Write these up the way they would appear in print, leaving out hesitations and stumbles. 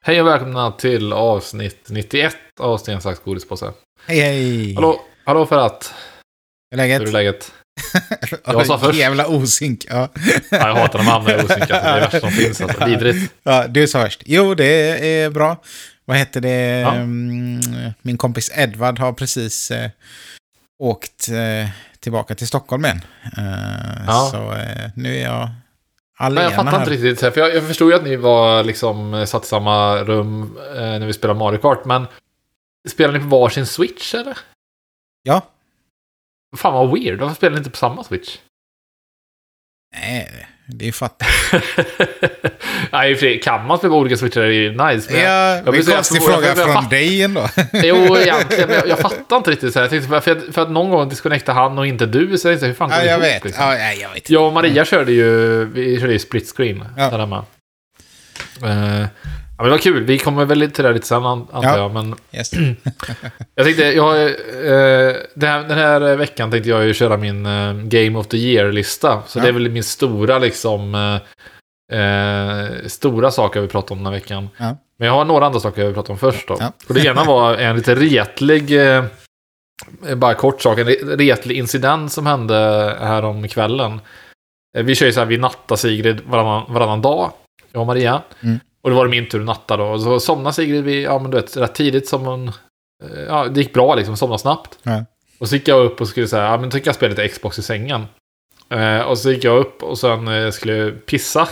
Hej och välkomna till avsnitt 91 av Sten, sax, godispåse. Hej. Hallå för att. Hur är läget? Hur är läget? Jag sa först. Jävla osynk. Ja. Ja, jag hatar när man hamnar i osynkat. Det är det värsta som finns. Alltså. Vidrigt. Ja, du sa först. Jo, det är bra. Vad heter det? Ja. Min kompis Edvard har precis åkt tillbaka till Stockholm igen. Ja. Så nu är jag Men jag fattar inte riktigt. För jag förstod ju att ni var liksom satt i samma rum när vi spelade Mario Kart. Men spelar ni på varsin Switch eller? Ja. Fan vad weird. Varför spelar ni inte på samma Switch? Nej, det är fattigt. Nej, kan man spela på olika Switchar är ju nice. Men Ja, det är en konstig fråga från dig ändå. Jo, egentligen. Jag fattar inte riktigt så här. Jag tänkte, för att någon gång disconnecta han och inte du. Så jag tänkte, hur fan går det jag ihop, vet. liksom? Ja, jag vet. Jag och Maria vi körde ju split screen där hemma. Ja, men det var kul. Vi kommer väl till det lite sen, antar jag. Men Yes. jag tänkte, den här veckan tänkte jag ju köra min Game of the Year-lista. Så det är väl min stora liksom stora saker vi pratar om den här veckan. Ja. Men jag har några andra saker jag vill prata om först då. Ja. Och det ena var en lite retlig bara kort sak, en retlig incident som hände här om kvällen. Vi kör ju så här, vi nattar Sigrid varannan dag, jag och Maria. Och det var min tur att natta då. Och så somnade Sigrid rätt tidigt som hon... Ja, det gick bra liksom, somnade snabbt. Ja. Och så gick jag upp och skulle säga, men tycker jag spela lite Xbox i sängen. Och så gick jag upp och sen skulle jag pissa.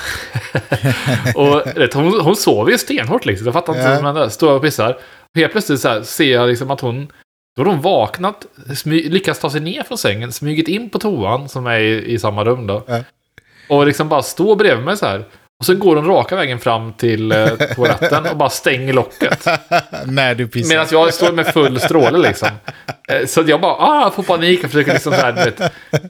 Och hon sov ju stenhårt liksom. Jag fattar inte, men står och pissar. Och helt plötsligt så här, ser jag liksom att då har hon vaknat, lyckats ta sig ner från sängen, smugit in på toan som är i samma rum då. Ja. Och liksom bara står bredvid mig så här. Och så går hon raka vägen fram till toaletten och bara stänger locket. När du pissar. Medan jag står med full stråle liksom. Så att jag bara får panik och försöker liksom så här,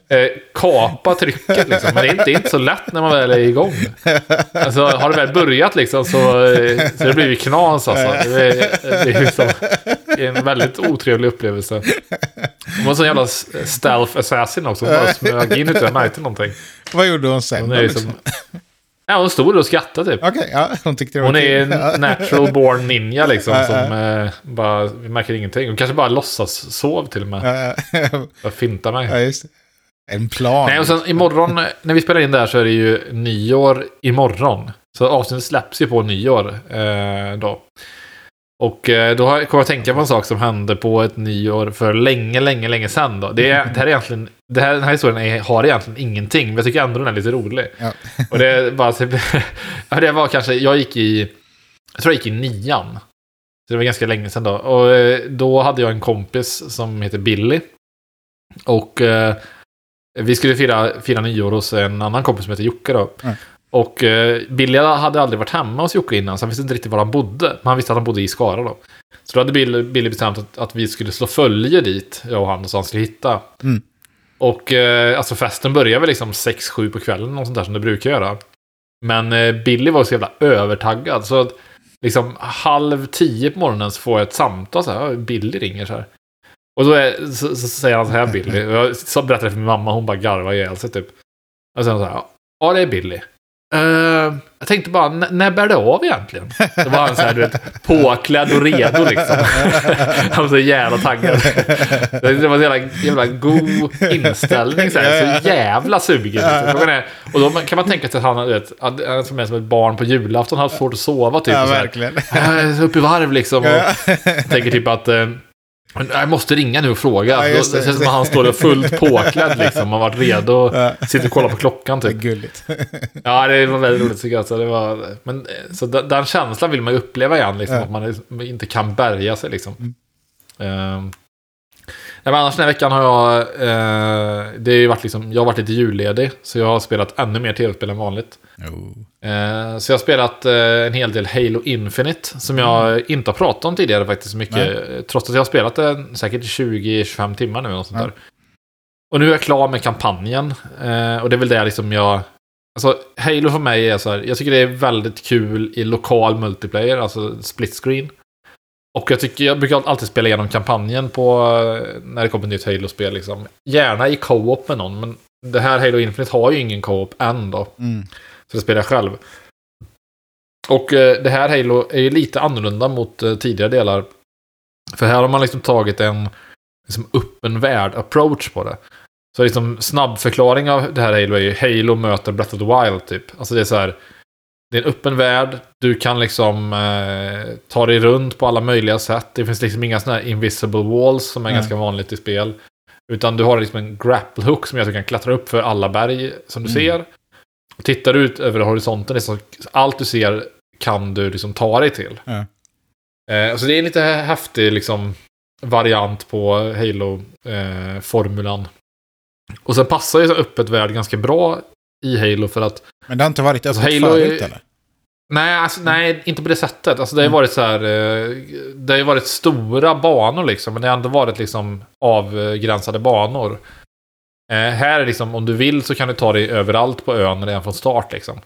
kapa trycket liksom. Men det är inte så lätt när man väl är igång. Alltså har det väl börjat liksom så det blir ju knas alltså. Det är liksom en väldigt otrevlig upplevelse. Hon var en sån jävla stealth assassin också. Hon bara smög in utan märkte någonting. Vad gjorde hon sen? Hon är liksom... Ja, hon stod och skrattade typ. Okej, ja, hon tyckte det var hon är kul. en natural born ninja liksom som bara, vi märker ingenting. Hon kanske bara låtsas sov till och med. Jag fintar mig. Ja, just det. En plan. Nej, och sen imorgon, när vi spelar in där så är det ju nyår imorgon. Så avsnittet släpps ju på nyår då. Och då kommer jag att tänka på en sak som hände på ett nyår för länge sedan då. Den här historien har egentligen ingenting, men jag tycker ändå den är lite rolig. Ja. Och det är bara det var kanske, jag tror jag gick i 9:an. Så det var ganska länge sedan då. Och då hade jag en kompis som heter Billy. Och vi skulle fira nyår hos en annan kompis som heter Jocke då. Mm. Och Billy hade aldrig varit hemma hos Jocke innan, så han visste inte riktigt var han bodde. Men han visste att han bodde i Skara då. Så då hade Billy bestämt att vi skulle slå följe dit, jag och han, och så han skulle hitta. Mm. Och alltså festen började väl liksom 6-7 på kvällen, något sånt där som det brukar göra. Men Billy var så jävla övertaggad, så liksom 9:30 på morgonen så får jag ett samtal så här, Billy ringer så här. Och då så säger han så här, Billy. Jag så berättade för min mamma, hon bara garvar ihjäl sig typ. Och sen så här, ja det är Billy. Jag tänkte bara, när bär det av egentligen? Det var han så här, du vet, påklädd och redo liksom. Han var så jävla taggad. Det var en jävla god inställning så här, så jävla sugen liksom. Och då kan man tänka sig att han, vet, att som ett barn på julafton har svårt att sova typ. Ja, så verkligen. Så upp i varv liksom. Och tänker typ att jag måste ringa nu och fråga. Ja, det känns som att han står fullt påklädd liksom. Han har varit redo och sitter och kollar på klockan typ. Det är gulligt. Ja, det var väldigt roligt tycker jag. Så, men, så den känslan vill man ju uppleva igen liksom, att man inte kan bärga sig liksom. Men annars den här veckan har jag det har ju varit liksom, jag har varit lite julledig, så jag har spelat ännu mer tv-spel än vanligt. Så jag har spelat en hel del Halo Infinite som jag inte har pratat om tidigare faktiskt så mycket. Trots att jag har spelat det säkert 20-25 timmar nu eller något sånt där. Och nu är jag klar med kampanjen. Och det är väl det liksom alltså Halo för mig är så här, jag tycker det är väldigt kul i lokal multiplayer, alltså split screen. Och jag brukar alltid spela igenom kampanjen på när det kommer ett nytt Halo-spel liksom. Gärna i co-op med någon, men det här Halo Infinite har ju ingen co-op än då. Så det spelar jag själv. Och det här Halo är ju lite annorlunda mot tidigare delar. För här har man liksom tagit en liksom öppen värld approach på det. Så liksom snabbförklaring av det här Halo är ju Halo möter Breath of the Wild typ. Alltså det är så här, det är en öppen värld. Du kan liksom ta dig runt på alla möjliga sätt. Det finns liksom inga såna här invisible walls som är ganska vanligt i spel. Utan du har liksom en grapple hook som gör att du kan klättra upp för alla berg som du ser. Och tittar du ut över horisonten, så allt du ser kan du liksom ta dig till. Så det är en lite häftig liksom variant på Halo-formulan. Och sen passar ju så öppet värld ganska bra i Halo för att... Men det har inte varit öppet förut, eller? Nej, inte på det sättet. Alltså det har varit så här... Det har ju varit stora banor liksom, men det har ändå varit liksom avgränsade banor. Här är liksom, om du vill så kan du ta dig överallt på ön redan från start liksom.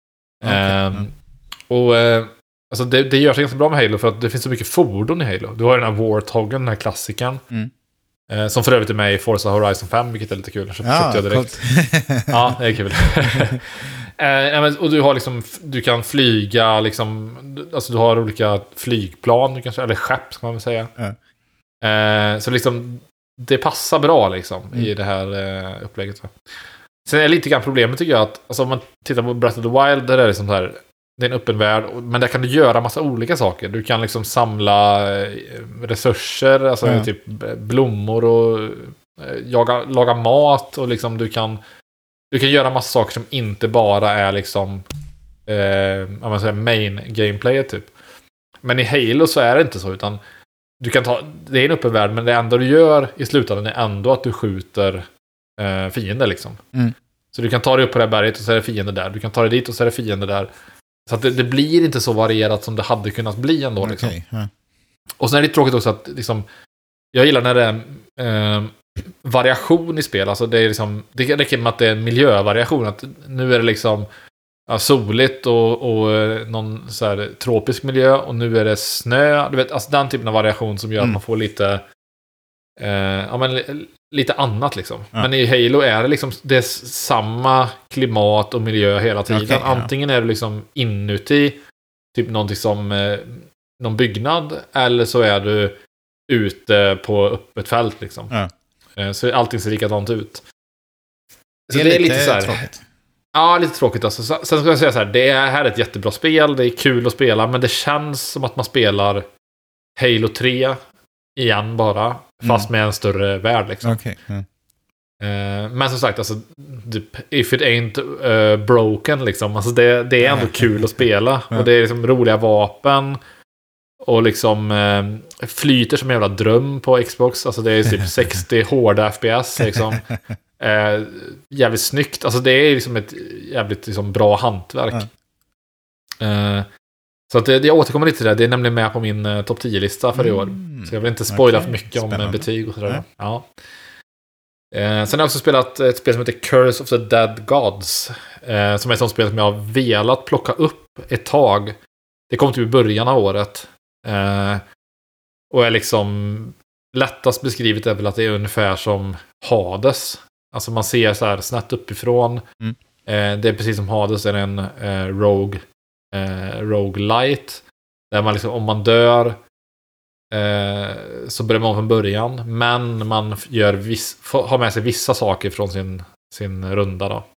Och alltså det gör sig ganska bra med Halo för att det finns så mycket fordon i Halo. Du har den här Warthogen, den här klassikern. Som för övrigt är med i Forza Horizon 5, vilket är lite kul. Så köpte jag direkt. Ja, det är kul. Och du har liksom, du kan flyga liksom, alltså du har olika flygplan, du kanske, eller skepp ska man väl säga. Så liksom det passar bra liksom i det här upplägget. Sen är lite grann problemet tycker jag att alltså, om man tittar på Breath of the Wild, där är det sånt här, det är en öppen värld, men där kan du göra massa olika saker. Du kan liksom samla resurser, alltså typ blommor och laga mat och liksom du kan göra massa saker som inte bara är liksom man säger main gameplayet typ. Men i Halo så är det inte så, utan du kan det är en öppen värld, men det enda du gör i slutändan är ändå att du skjuter fiender liksom. Så du kan ta dig upp på det här berget och så är det fiender där. Du kan ta dig dit och så är det fiender där. Så att det blir inte så varierat som det hade kunnat bli ändå. Liksom. Och sen är det tråkigt också att liksom, jag gillar när det är variation i spel. Alltså det är liksom, det räcker med att det är en miljövariation. Att nu är det liksom soligt och någon så här tropisk miljö och nu är det snö. Du vet, alltså den typen av variation som gör att man får lite lite annat liksom. Men i Halo är det liksom det är samma klimat och miljö hela tiden. Antingen är du liksom inuti typ någonting som någon byggnad, eller så är du ute på öppet fält liksom. Så allting ser likadant ut. Så det är lite så här tråkigt. Ja, lite tråkigt alltså. Sen ska jag säga så här, det här är ett jättebra spel, det är kul att spela, men det känns som att man spelar Halo 3 igen bara, fast med en större värld liksom. Men som sagt, alltså if it ain't broken liksom, alltså det är ändå kul att spela. Och det är liksom roliga vapen och liksom flyter som en jävla dröm på Xbox. Alltså det är typ 60 hårda FPS liksom. Jävligt snyggt. Alltså det är liksom ett jävligt liksom bra hantverk. Så att jag återkommer lite till det. Det är nämligen med på min topp 10-lista för i år. Så jag vill inte spoila för mycket om betyg och sådär. Ja. Sen har jag också spelat ett spel som heter Curse of the Dead Gods. Som är ett sånt spel som jag har velat plocka upp ett tag. Det kom typ i början av året. Och är liksom lättast beskrivet är väl att det är ungefär som Hades. Alltså man ser så här snett uppifrån. Det är precis som Hades är en roguelite. Där man liksom, om man dör så börjar man från början. Men man har med sig vissa saker från sin runda då.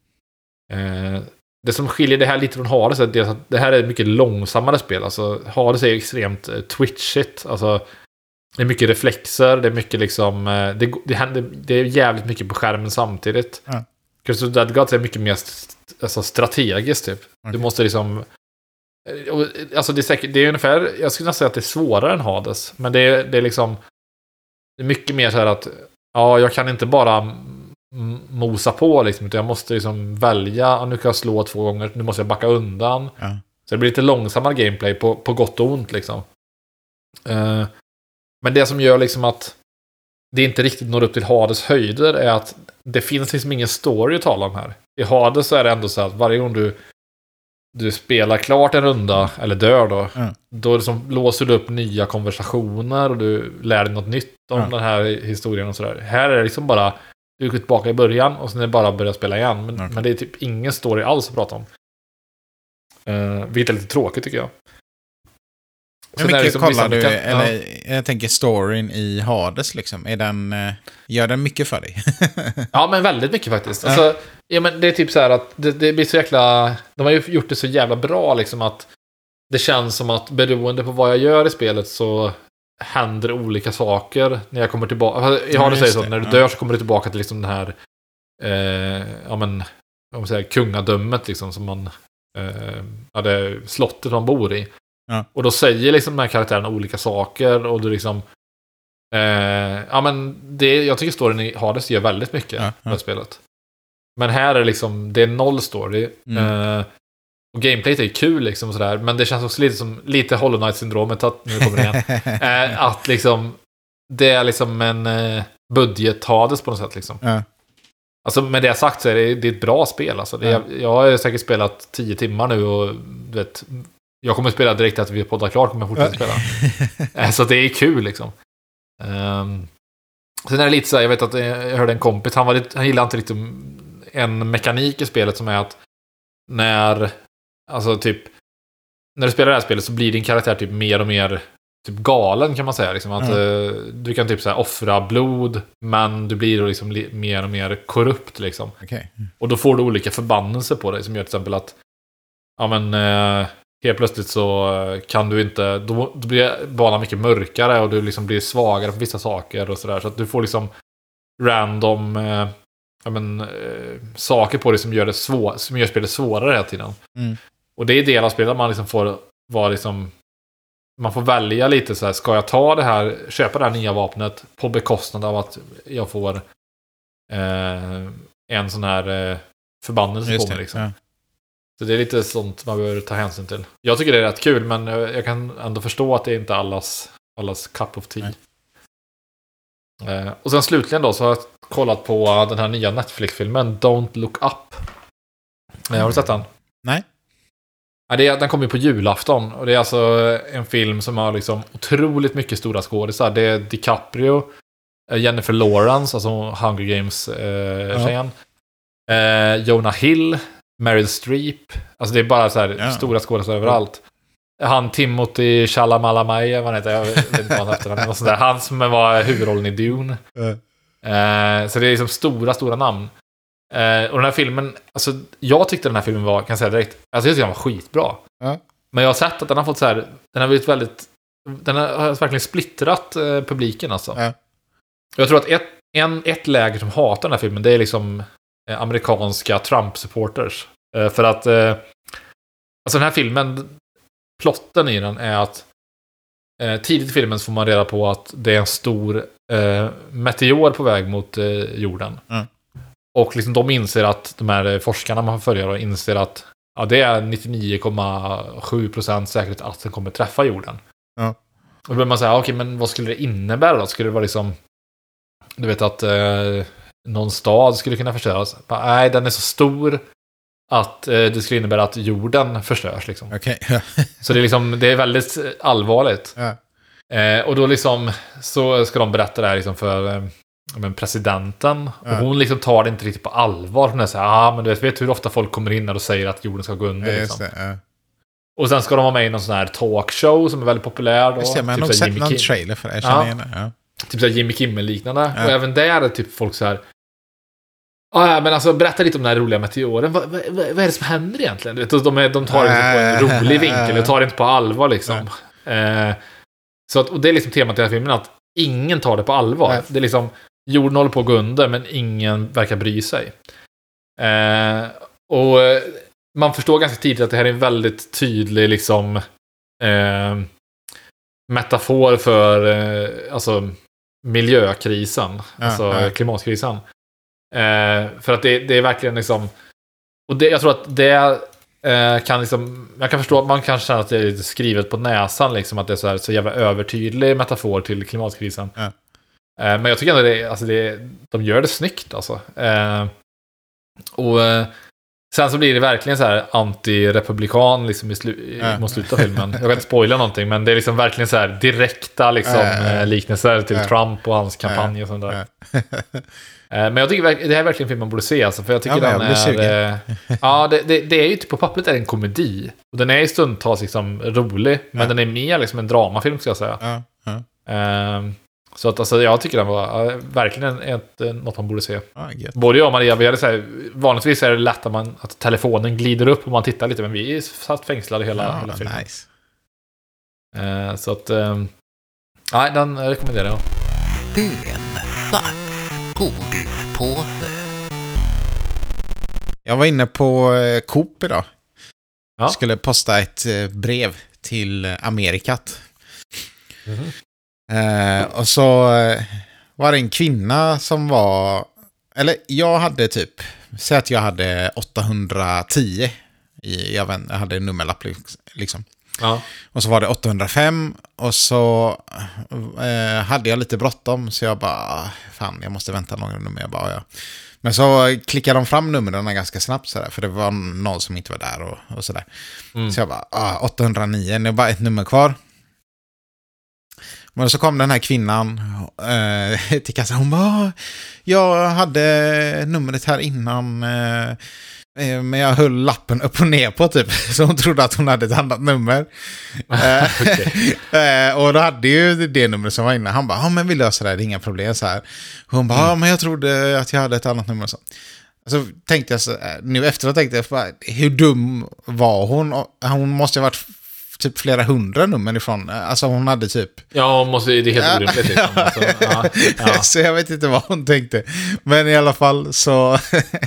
Det som skiljer det här lite från Hades är att det här är ett mycket långsammare spel. Alltså Hades är extremt twitchigt. Alltså det är mycket reflexer, det är mycket liksom det är jävligt mycket på skärmen samtidigt. Curse of the Dead Gods är mycket mer alltså, strategiskt typ. Du måste liksom alltså det är säkert, det är ungefär, jag skulle nästan säga att det är svårare än Hades, men det är liksom det är mycket mer så här att jag kan inte bara mosa på liksom, utan jag måste liksom välja, nu kan jag slå 2 gånger, nu måste jag backa undan. Så det blir lite långsammare gameplay på gott och ont liksom. Men det som gör liksom att det inte riktigt når upp till Hades höjder är att det finns liksom ingen story att tala om här. I Hades så är det ändå så att varje gång du spelar klart en runda eller dör då liksom låser du upp nya konversationer och du lär dig något nytt om den här historien och sådär. Här är det liksom bara du går tillbaka i början och sen är det bara att börja spela igen. Men det är typ ingen story alls att prata om. Vilket är lite tråkigt tycker jag. Hur mycket liksom, kollar du, eller jag tänker storyn i Hades liksom, gör den mycket för dig? Ja, men väldigt mycket faktiskt. Alltså, ja, men det är typ så här att det blir så jäkla, de har ju gjort det så jävla bra liksom att det känns som att beroende på vad jag gör i spelet så händer olika saker när jag kommer tillbaka. Jag har det säger så, när du dör så kommer du tillbaka till liksom den här om man säger kungadömet liksom som man det slottet man bor i. Ja. Och då säger liksom de här karaktärerna olika saker och du liksom men jag tycker storyn i Hades gör väldigt mycket med spelet. Men här är liksom det är noll story. Och gameplayet är kul liksom sådär, men det känns också lite Hollow Knight-syndromet att nu kommer det igen. Att liksom det är liksom en budget Hades på något sätt liksom. Ja. Alltså med det sagt så är det ett bra spel alltså. Jag har säkert spelat 10 timmar nu och vet, jag kommer att spela direkt att vi poddar klart, kommer jag fortsätta spela. Så det är kul liksom. Sen är det lite så här, jag vet att jag hörde en kompis, han gillar inte riktigt en mekanik i spelet som är att när du spelar det här spelet så blir din karaktär typ mer och mer typ galen kan man säga liksom, att du kan typ så här offra blod men du blir då liksom mer och mer korrupt liksom. Okay. Och då får du olika förbannelser på dig som gör till exempel att helt plötsligt så kan du inte, då blir banan mycket mörkare och du liksom blir svagare på vissa saker och sådär, så att du får liksom random saker på dig som gör spelet svårare hela tiden. Och det är del av spelet man liksom får vara liksom, man får välja lite så här, ska jag ta det här, köpa det här nya vapnet på bekostnad av att jag får en sån här förbannelse på mig liksom. Ja. Så det är lite sånt man behöver ta hänsyn till. Jag tycker det är rätt kul, men jag kan ändå förstå att det är inte allas cup of tea. Och sen slutligen då så har jag kollat på den här nya Netflix-filmen Don't Look Up. Har du sett den? Nej. Den kommer ju på julafton. Och det är alltså en film som har liksom otroligt mycket stora skådisar. Det är DiCaprio, Jennifer Lawrence, alltså Hunger Games-tjejen. Jonah Hill, Meryl Streep. Alltså det är bara så här stora skådespelare överallt. Han Timothy Chalamet, vad heter jag vet inte vad han heter. Han som var huvudrollen i Dune. Så det är liksom stora namn. Och den här filmen, alltså jag tyckte den här filmen var, kan jag säga direkt, alltså jag tyckte den var skitbra. Men jag har sett att den har fått så här, den har blivit väldigt, den har verkligen splittrat publiken alltså. Jag tror att ett läger som hatar den här filmen, det är liksom amerikanska Trump-supporters. För att alltså den här filmen, plotten i den är att tidigt i filmen så får man reda på att det är en stor meteor på väg mot jorden. Och liksom de inser att de här forskarna man följer och inser att det är 99,7% säkert att den kommer träffa jorden. Och då börjar man säga, okej, men vad skulle det innebära då? Skulle det vara liksom, du vet att någon stad skulle kunna förstöras? Nej, den är så stor att det skulle innebära att jorden förstörs liksom. Okay. Så det är liksom, det är väldigt allvarligt. Och då liksom så ska de berätta det här liksom för presidenten. Och hon liksom tar det inte riktigt på allvar. Hon är så här, men du vet hur ofta folk kommer in när och säger att jorden ska gå under liksom. Och sen ska de vara med i någon sån här talkshow som är väldigt populär då. Just det, men typ jag har nog sett någon trailer för det. Typ såhär Jimmy Kimmel-liknande. Och även där är typ folk så här. Men alltså berätta lite om den här roliga meteoren. Vad är det som händer egentligen? De tar det liksom på en rolig vinkel. De tar det inte på allvar liksom. Så att, och det är liksom temat i den här filmen, att ingen tar det på allvar. Det är liksom, jorden håller på att gå under, men ingen verkar bry sig. Och man förstår ganska tidigt att det här är en väldigt tydlig liksom metafor för alltså miljökrisen, alltså klimatkrisen. För att det är verkligen liksom, och det, jag tror att det kan liksom, jag kan förstå att man kan känna att det är lite skrivet på näsan liksom, att det är så jävla övertydlig metafor till klimatkrisen. Men jag tycker ändå de gör det snyggt alltså. Och sen så blir det verkligen så här anti-republikan liksom mot slutet av filmen. Jag kan inte spoila någonting, men det är liksom verkligen så här direkta liksom liknelser till Trump och hans kampanj och sånt där. Men jag tycker det här är verkligen en film man borde se. Alltså, för jag tycker den är... ja, det är ju typ på pappret är det en komedi. Och den är i stundtals liksom rolig. Men den är mer liksom en dramafilm, ska jag säga. Så att alltså, jag tycker den var verkligen något man borde se. Både jag och Maria, vi hade så här, vanligtvis är det lätt att telefonen glider upp och man tittar lite. Men vi satt fängslade hela filmen. Nice. Så att... nej, den rekommenderar jag. Jag var inne på Coop idag. Jag skulle posta ett brev till Amerikat. Och så var det en kvinna som var... Eller jag hade typ... Säg att jag hade 810 jag hade en nummerlapp liksom. Ja. Och så var det 805 och så hade jag lite bråttom så jag bara, fan jag måste vänta några nummer. Jag bara, ja. Men så klickade de fram numren ganska snabbt sådär, för det var någon som inte var där och sådär. Så jag bara, 809, det är bara ett nummer kvar. Men så kom den här kvinnan till kassan. Hon bara, jag hade numret här innan... men jag höll lappen upp och ner på typ. Så hon trodde att hon hade ett annat nummer. Och då hade ju det numret som var inne. Han bara, men vi löser det, det är inga problem så här. Hon bara, men jag trodde att jag hade ett annat nummer. Så tänkte jag så, nu efteråt tänkte jag, hur dum var hon? Hon måste ha varit typ flera hundra nummer ifrån. Alltså hon hade typ... Ja, det är helt orimligt. Liksom. Alltså, så jag vet inte vad hon tänkte. Men i alla fall så...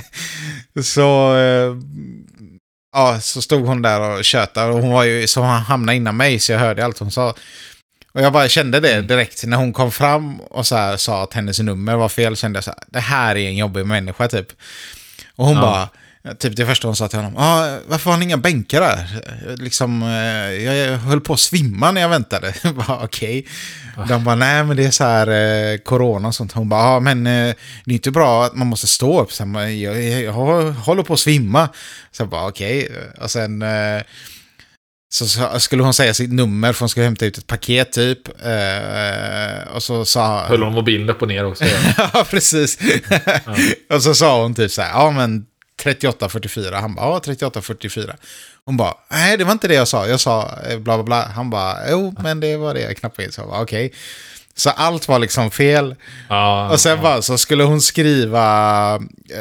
så stod hon där och tjötade. Och hon var ju så hon hamnade innan mig, så jag hörde allt hon sa. Och jag bara kände det direkt när hon kom fram och så här, sa att hennes nummer var fel. Kände jag så här, det här är en jobbig människa typ. Och hon bara... Typ det första hon sa till honom, varför har ni inga bänkar där? Liksom, jag höll på att svimma när jag väntade. Okej. De bara, nej men det är så här corona och sånt. Hon bara, men det är inte bra att man måste stå upp. Så jag håller på att svimma. Så jag bara, okej. Och sen så skulle hon säga sitt nummer, för hon skulle hämta ut ett paket typ. Och så sa... Höll hon mobilen upp och ner också? Ja, precis. Och så sa hon typ så här, men 3844. Han bara, 3844. Hon bara, nej det var inte det jag sa. Jag sa bla bla bla. Han bara, jo men det var det jag knappade in. Så jag bara, okej. Så allt var liksom fel. Och sen bara, så skulle hon skriva,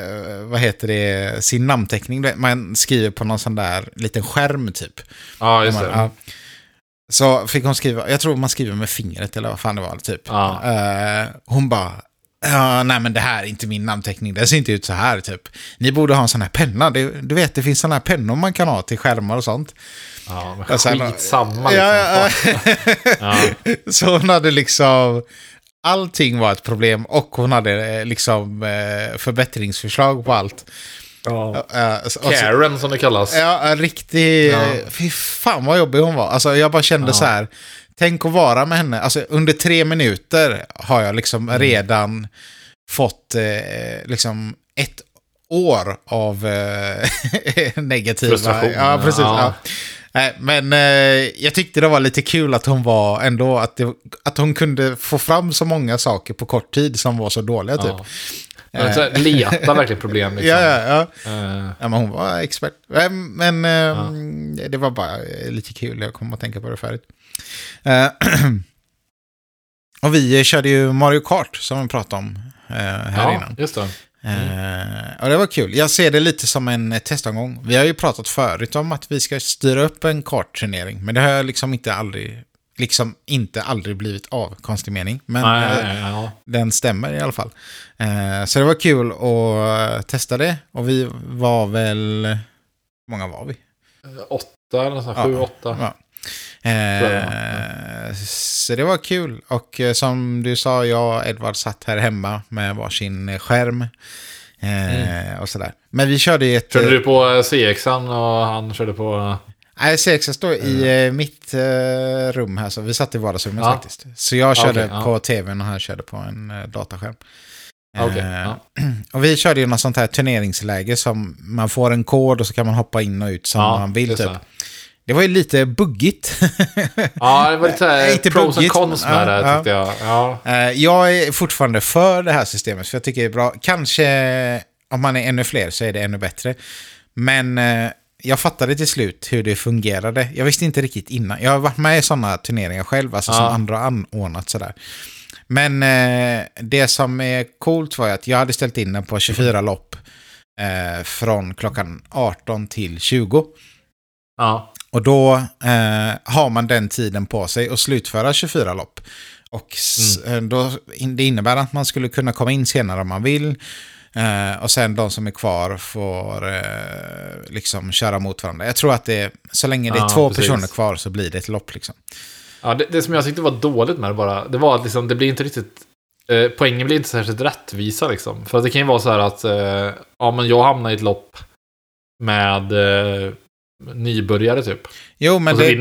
sin namnteckning. Man skriver på någon sån där liten skärm typ. Ja, just det. Så fick hon skriva, jag tror man skriver med fingret eller vad fan det var typ. Hon bara, nej men det här är inte min namnteckning. Det ser inte ut så här typ. Ni borde ha en sån här penna. Du vet, det finns såna här pennor man kan ha till skärmar och sånt. Ja, men skitsamma liksom. Så hon hade liksom... Allting var ett problem och hon hade liksom förbättringsförslag på allt. Karen som det kallas. Ja, riktigt... Fy fan vad jobbig hon var. Alltså jag bara kände så här... Tänk att vara med henne. Alltså under 3 minuter har jag liksom redan fått liksom 1 år av negativa... frustration. Ja, precis. Ja. Men jag tyckte det var lite kul att hon var ändå... Att hon kunde få fram så många saker på kort tid som var så dåliga typ. Leta verkligen problem liksom. Ja, men hon var expert. Men det var bara lite kul. Jag kom att tänka på det förut. Och vi körde ju Mario Kart som vi pratade om här innan. Just det. Och det var kul. Jag ser det lite som en testomgång. Vi har ju pratat förut om att vi ska styra upp en kartturnering, men det har liksom inte aldrig blivit av, konstig mening. Men den stämmer i alla fall. Så det var kul att testa det. Och vi var väl... Hur många var vi? 8 eller så, 7-8. Ja. Så det var kul. Och som du sa, jag och Edvard satt här hemma med varsin skärm och sådär. Men vi körde ett... Körde du på CX:an och han körde på... Nej, CX står i mitt rum här, så vi satt i vardagsrummet faktiskt. Så jag körde på tvn och han körde på en dataskärm. Och vi körde ju något sånt här turneringsläge som man får en kod och så kan man hoppa in och ut som man vill typ. Det var ju lite buggigt. Ja, det var lite så här Inte pros buggigt, and cons men, med det, ja. tyckte jag. Ja. Jag är fortfarande för det här systemet, för jag tycker det är bra. Kanske om man är ännu fler så är det ännu bättre. Men jag fattade till slut hur det fungerade. Jag visste inte riktigt innan. Jag har varit med i sådana turneringar själv, alltså som andra har anordnat sådär. Men det som är coolt var att jag hade ställt in den på 24 lopp från klockan 18 till 20. Ja. Och då har man den tiden på sig att slutföra 24 lopp. Och då, det innebär att man skulle kunna komma in senare om man vill. Och sen de som är kvar får liksom köra mot varandra. Jag tror att så länge det är två personer kvar så blir det ett lopp liksom. Ja, det som jag tyckte var dåligt med det var att liksom, det blir inte riktigt... poängen blir inte särskilt rättvisa liksom. För att det kan ju vara så här att men jag hamnar i ett lopp med nybörjare typ. Jo, men det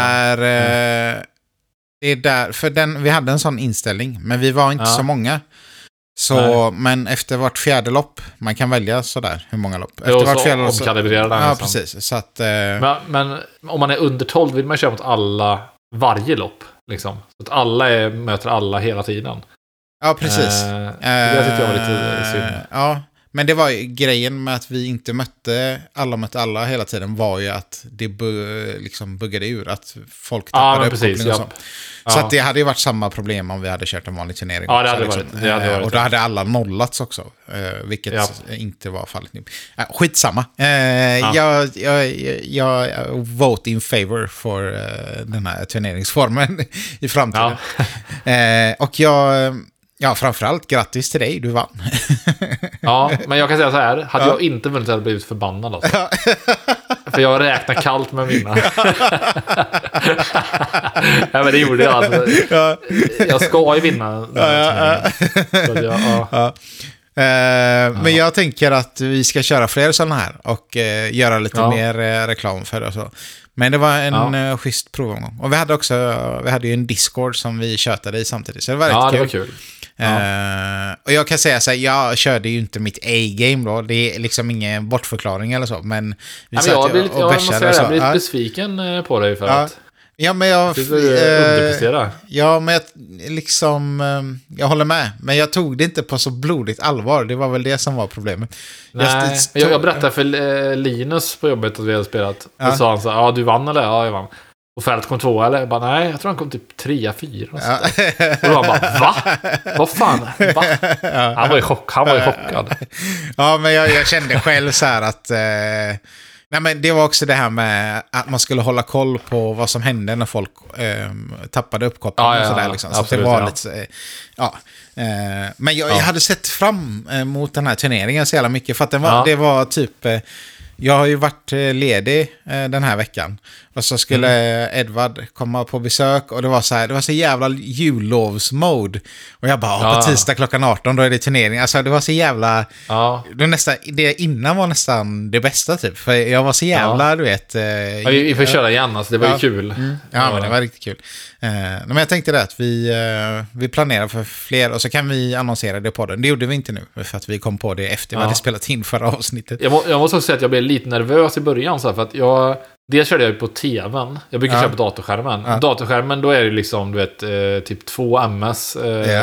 är där, för vi hade en sån inställning, men vi var inte så många. Så, men efter vart fjärde lopp, man kan välja sådär hur många lopp. Efter vart fjärde lopp omkalibrera den. Ja, liksom. precis. Så att, men om man är under 12 vill man köra mot alla varje lopp. Liksom. Så att alla möter alla hela tiden. Ja, precis. Det tyckte jag var lite synd. Ja, men det var ju grejen med att vi inte mötte alla hela tiden var ju att det liksom buggade ur, att folk tappade uppkoppling och så. Så att det hade ju varit samma problem om vi hade kört en vanlig turnering. Ja, det hade varit. Det och då hade alla nollats också, vilket inte var fallet nu. Skitsamma. Jag vote in favor för den här turneringsformen i framtiden. Och jag framförallt grattis till dig, du vann. Ja, men jag kan säga så här, hade jag inte vunnit hade jag blivit förbannad alltså. För jag räknar kallt med mina. Ja, men det gjorde jag alltså. Jag ska ju vinna. Men jag tänker att vi ska köra fler sådana här och göra lite mer reklam för det och så. Men det var en schysst provomgång. Och vi hade ju en Discord som vi tjötade i samtidigt. Så det var det var kul. Och jag kan säga så här, jag körde ju inte mitt A-game då. Det är liksom ingen bortförklaring eller så. Men vi satt jag blir lite och besviken på dig för att... Ja, men jag underprestera. Ja, men jag håller med. Men jag tog det inte på så blodigt allvar. Det var väl det som var problemet. Nej, jag berättade för Linus på jobbet att vi hade spelat. Och sa han så du vann eller? Ja, jag vann. Och Fält kom 2 eller? Jag bara, nej, jag tror han kom typ 3-4. Och då var han bara, va? Vad fan? Va? Han var ju chockad. Ja, men jag kände själv så här att... Nej, men det var också det här med att man skulle hålla koll på vad som hände när folk tappade uppkopplingen och sådär liksom. Så absolut, det var lite... men jag hade sett fram emot den här turneringen så jävla mycket. För att det var typ... Jag har ju varit ledig den här veckan. Och så skulle Edvard komma på besök. Och det var så jävla jullovsmode. Och jag bara, på tisdag klockan 18 då är det turnering. Alltså det var så jävla... Det innan var nästan det bästa typ. För jag var så jävla, du vet... vi får köra igen, alltså det var ju kul. Ja, men det var riktigt kul. Men jag tänkte det att vi planerar för fler. Och så kan vi annonsera det på den. Det gjorde vi inte nu. För att vi kom på det efter vi hade spelat in förra avsnittet. Jag måste också säga att jag blev lite nervös i början. Så här, för att dels körde jag på tvn. Jag brukar köra på datorskärmen. Datorskärmen, då är det liksom, du vet, typ 2 ms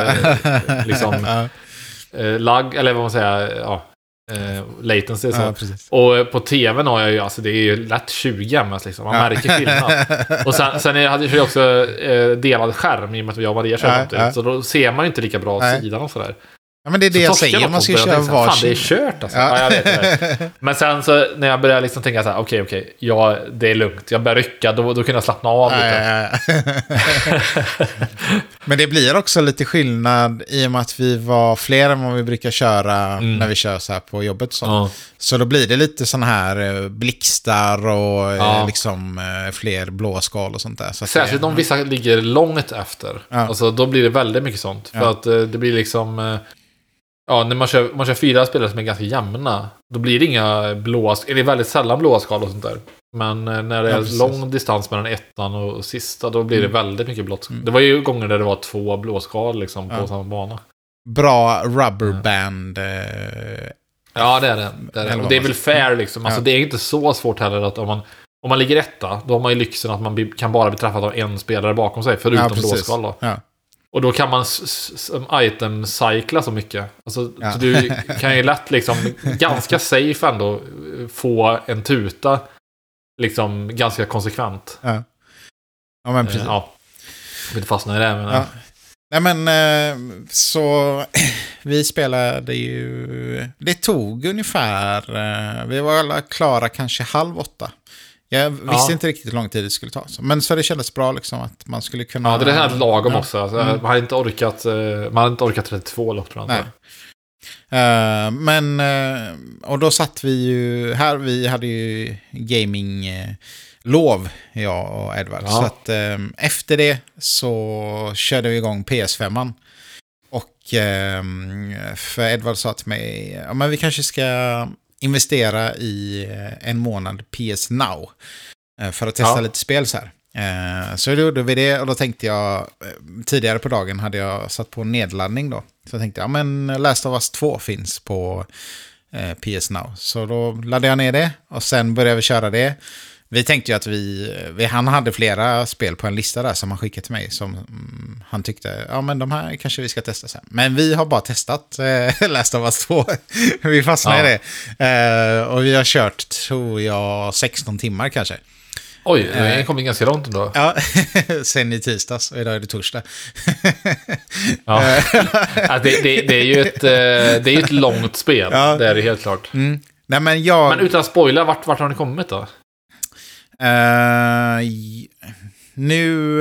liksom lag, eller vad man säger, latency så. Och på tvn har jag ju, alltså det är ju lätt 20 ms liksom. Man märker skillnad. Och sen hade jag också delad skärm i och med att jag och Maria körde så då ser man ju inte lika bra sidan och sådär. Ja, men det är det jag säger, man ska köra varsin. Fan, det är kört alltså. Ja, jag vet det. Men sen så när jag började liksom tänka så här, okej, det är lugnt. Jag börjar rycka, då kunde jag slappna av lite. Men det blir också lite skillnad i och med att vi var fler än vad vi brukar köra när vi kör så här på jobbet. Så då blir det lite sån här blixtar och liksom fler blåskal och sånt där. Så särskilt om vissa ligger långt efter. Alltså, då blir det väldigt mycket sånt. För att det blir liksom... när man kör 4 spelare som är ganska jämna, då blir det inga det är väldigt sällan blåskal och sånt där. Men när det är lång distans mellan ettan och sista, då blir det väldigt mycket blått. Det var ju gånger där det var 2 blåskal liksom på samma bana. Bra rubberband. Ja, det är det. Och det är väl fair liksom. Alltså, det är inte så svårt heller att om om man ligger etta, då har man ju lyxen att man kan bara bli träffad av en spelare bakom sig, förutom blåskal då. Ja. Och då kan man item-cycla så mycket. Alltså, så du kan ju lätt liksom, ganska safe ändå, få en tuta liksom ganska konsekvent. Ja, men precis. Jag vill inte fastna i det, men... Ja. Nej, men så vi spelade ju... Det tog ungefär... Vi var alla klara kanske 7:30. Jag visste inte riktigt hur lång tid det skulle ta. Men så det kändes bra liksom att man skulle kunna... Ja, det är här lagom också. Alltså, man hade inte orkat 32 lopp, tror jag. Men... Och då satt vi ju... Här, vi hade ju gaming-lov, jag och Edvard. Ja. Så att efter det så körde vi igång PS5. Och för Edvard sa till mig... Ja, men vi kanske ska... investera i en månad PS Now för att testa lite spel så här. Så gjorde vi det och då tänkte jag, tidigare på dagen hade jag satt på nedladdning då. Så jag tänkte, ja men Last of Us 2 finns på PS Now. Så då laddade jag ner det och sen började vi köra det. Vi tänkte ju att han hade flera spel på en lista där som han skickade till mig som han tyckte, ja men de här kanske vi ska testa sen. Men vi har bara testat Last of Us 2. Vi fastnade i det. Och vi har kört, tror jag, 16 timmar kanske. Oj, det kom ganska långt ändå. Ja, sen i tisdags och idag är det torsdag. Det är ju ett långt spel, det är det helt klart. Nej, men men utan spoiler, vart har ni kommit då? Nu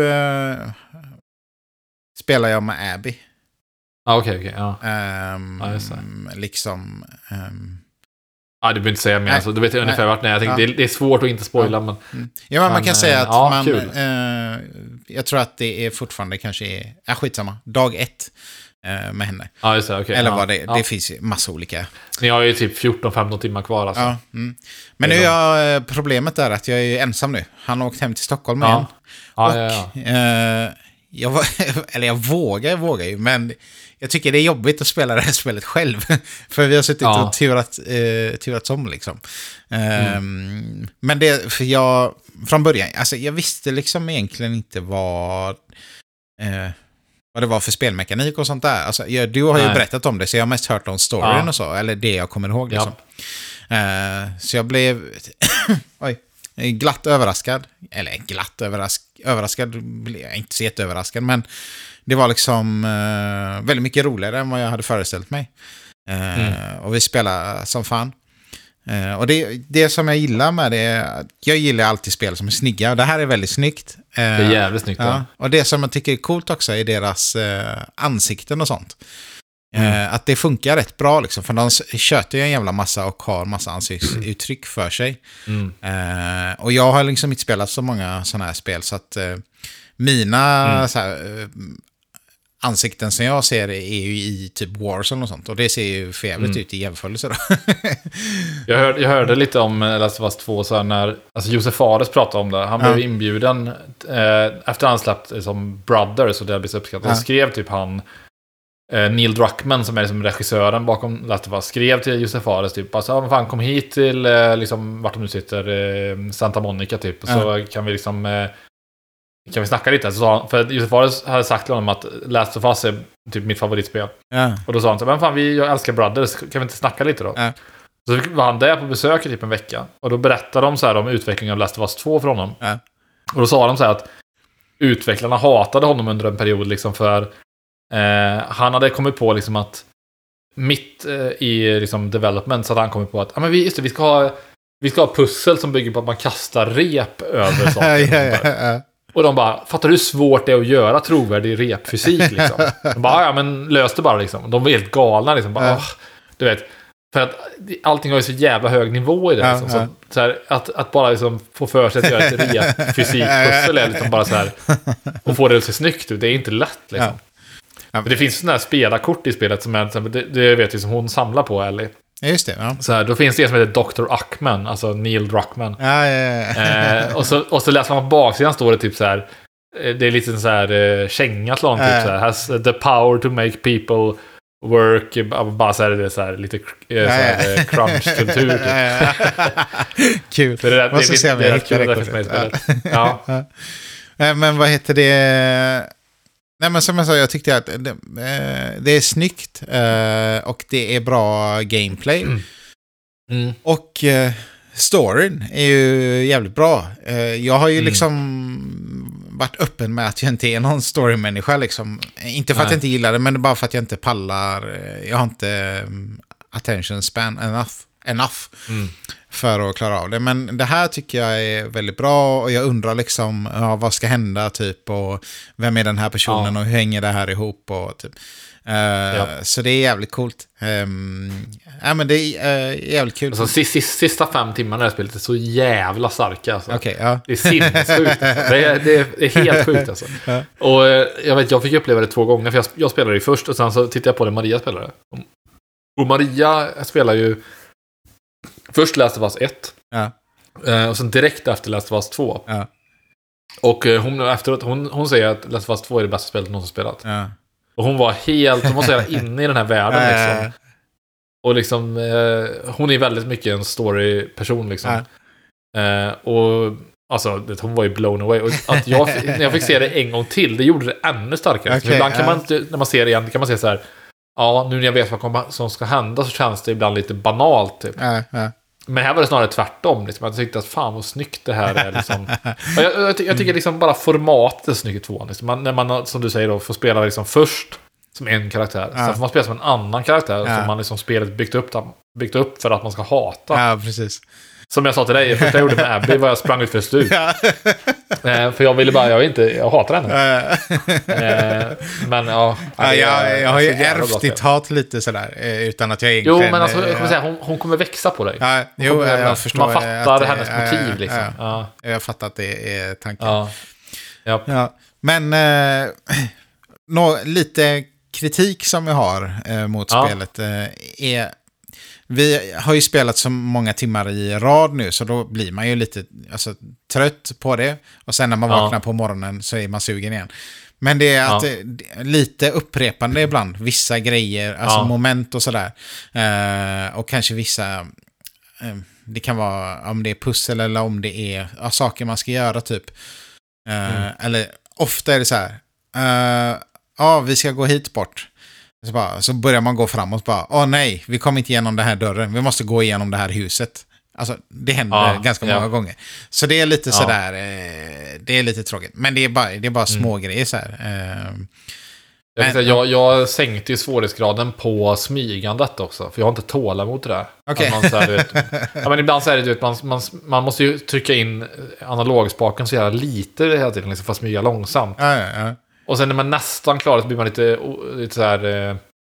spelar jag med Abby. Okej. Liksom... du behöver inte säga mer. Alltså, du vet ungefär vart jag tänkte, det är svårt att inte spoila. Men, ja, men man kan säga att man... jag tror att det är fortfarande kanske... skitsamma. Dag 1 med henne. Ja, just det. Okay. Eller vad det finns ju massa olika. Ni har ju typ 14-15 timmar kvar alltså. Ja, Men nu är problemet är att jag är ensam nu. Han har åkt hem till Stockholm igen. Jag vågar ju, men jag tycker det är jobbigt att spela det här spelet själv. För vi har suttit och turats om liksom. Men det, för jag, från början, alltså jag visste liksom egentligen inte vad det var för spelmekanik och sånt där. Alltså, du har ju berättat om det, så jag har mest hört om storyn och så, eller det jag kommer ihåg liksom. Så jag blev glatt överraskad. Eller överraskad blev jag inte så jätteöverraskad, men det var liksom väldigt mycket roligare än vad jag hade föreställt mig. Och vi spelade som fan. Och det som jag gillar med det är att jag gillar alltid spel som är snygga. Och det här är väldigt snyggt. Det är jävligt snyggt. Och det som jag tycker är coolt också är deras ansikten och sånt. Att det funkar rätt bra liksom. För de köter ju en jävla massa och har massa ansiktsuttryck för sig. Och jag har liksom inte spelat så många sådana här spel, så att mina så här, ansikten som jag ser är ju i typ Warzone och sånt. Och det ser ju förjävligt ut i jämförelse då. jag hörde lite om Last of Us 2 så här, när alltså Josef Fares pratade om det. Han blev inbjuden efter han släppt som Brothers, och det blev så uppskattat. Och skrev typ han Neil Druckmann, som är liksom regissören bakom Last of Us, skrev till Josef Fares typ, alltså, fan kom hit till liksom, vart de nu sitter, Santa Monica typ, och så kan vi liksom kan vi snacka lite. Så, för Josef Fares hade sagt till honom att Last of Us är typ mitt favoritspel. Och då sa han så, men fan, jag älskar Brothers, kan vi inte snacka lite då? Så var han där på besök i typ en vecka, och då berättade de så här om utvecklingen av Last of Us 2 för honom. Och då sa de så här att utvecklarna hatade honom under en period liksom, för han hade kommit på liksom att mitt i liksom development, så hade han kommit på att men vi ska ha pussel som bygger på att man kastar rep över saker. Och de bara, fattar du hur svårt det är att göra trovärdig repfysik liksom? De bara, men lös det bara liksom. De var helt galna liksom. Bara, du vet, för att allting har ju så jävla hög nivå i det liksom. Så här, att bara liksom få för sig att göra ett repfysikpussel är liksom bara så här, och få det att se snyggt ut, det är inte lätt liksom. Men det finns sådana här spelarkort i spelet som är, det vet vi som hon samlar på, Ellie. Just det, Så här, då finns det en som heter Dr. Ackman, alltså Neil Druckmann. Och så läser man på baksidan, står det typ så här, det är lite så här känga slån typ så här, has the power to make people work, bara så här lite crunch-kultur. Typ. Kul. Så det är Måste se om jag hittar det. för mig i spelet. Ja. Men vad heter det? Nej, men som jag sa, jag tyckte att det är snyggt och det är bra gameplay. Och storyn är ju jävligt bra. Jag har ju liksom varit öppen med att jag inte är någon story-människa liksom. Inte för att jag inte gillar det, men bara för att jag inte pallar. Jag har inte attention span enough för att klara av det. Men det här tycker jag är väldigt bra och jag undrar liksom vad ska hända typ och vem är den här personen och hur hänger det här ihop och typ. Så det är jävligt coolt. Men det är jävligt kul. Alltså, sista 5 timmarna i spelet är så jävla starka. Alltså. Okay, ja. Det är sinnessjukt. Det är helt sjukt alltså. Och jag fick uppleva det 2 gånger. För jag spelade det först och sen så tittade jag på det Maria spelade. Och Maria spelar ju först Last of Us 1. Och sen direkt efter Last of Us 2. Och hon säger att Last of Us 2 är det bästa spelet hon har spelat. Och hon var hon var så jävla inne i den här världen liksom. Och liksom hon är väldigt mycket en story-person liksom. Och alltså hon var ju blown away. Och att när jag fick se det en gång till, det gjorde det ännu starkare. Okay, ibland kan man inte, när man ser det igen, kan man säga så här: ja, nu när jag vet vad som ska hända så känns det ibland lite banalt typ. Men här var det snarare tvärtom liksom. Jag tyckte att fan vad snyggt det här är liksom. jag tycker liksom bara formatet är snyggt 2 liksom. När man, som du säger då, får spela liksom först som en karaktär. Sen får man spela som en annan karaktär som man liksom spelet byggt upp för att man ska hata. Ja, precis. Som jag sa till dig, första jag gjorde med Abby var jag sprang ut för ett stup. För jag hatar henne. Men ja. Jag har ju ärvt ditt hat lite sådär, utan att jag egentligen... Jo, men alltså, jag kommer säga, hon kommer växa på dig. Jag förstår. Man fattar hennes motiv liksom. Jag fattar att det är tanken. Ja. Men lite kritik som jag har mot spelet är... Vi har ju spelat så många timmar i rad nu, så då blir man ju lite trött på det. Och sen när man vaknar på morgonen så är man sugen igen. Men det är att lite upprepande ibland, vissa grejer, alltså moment och sådär. Och kanske vissa, det kan vara om det är pussel eller om det är saker man ska göra typ. Eller ofta är det så här, vi ska gå hit bort. Så börjar man gå framåt bara, nej, vi kommer inte igenom den här dörren. Vi måste gå igenom det här huset. Alltså, det händer ganska många gånger. Så det är lite sådär, det är lite tråkigt. Men det är bara små grejer så här. Jag sänkte ju svårighetsgraden på smygandet också. För jag har inte tålamod till det. Okay. Men ibland så är det man måste ju trycka in analogspaken så jävla lite hela tiden liksom, för att smyga långsamt. Ja. Och sen när man nästan klarar så blir man lite så här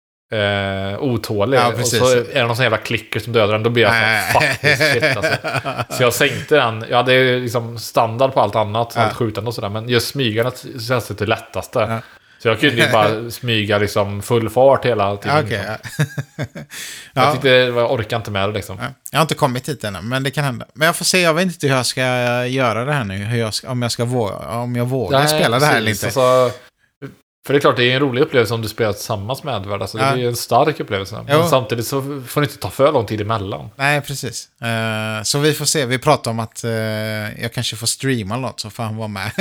otålig. Och så är det någon sån jävla klicker som dödar den. Då blir jag fuck this shit alltså. Så jag sänkte den. Ja, det är liksom standard på allt annat. Allt skjutande och sådär. Men just smygandet känns det lättaste. Så jag kunde ju bara smyga liksom full fart hela tiden. Okay, Jag tyckte jag orkar inte med det liksom. Jag har inte kommit hit ännu, men det kan hända. Men jag får se, jag vet inte hur jag ska göra det här nu. Om jag vågar spela det här eller inte. Alltså, för det är klart, det är en rolig upplevelse om du spelar tillsammans med Edvard. Alltså, det är en stark upplevelse. Men samtidigt så får det inte ta för lång tid emellan. Nej, precis. Så vi får se. Vi pratar om att jag kanske får streama något, så får han vara med.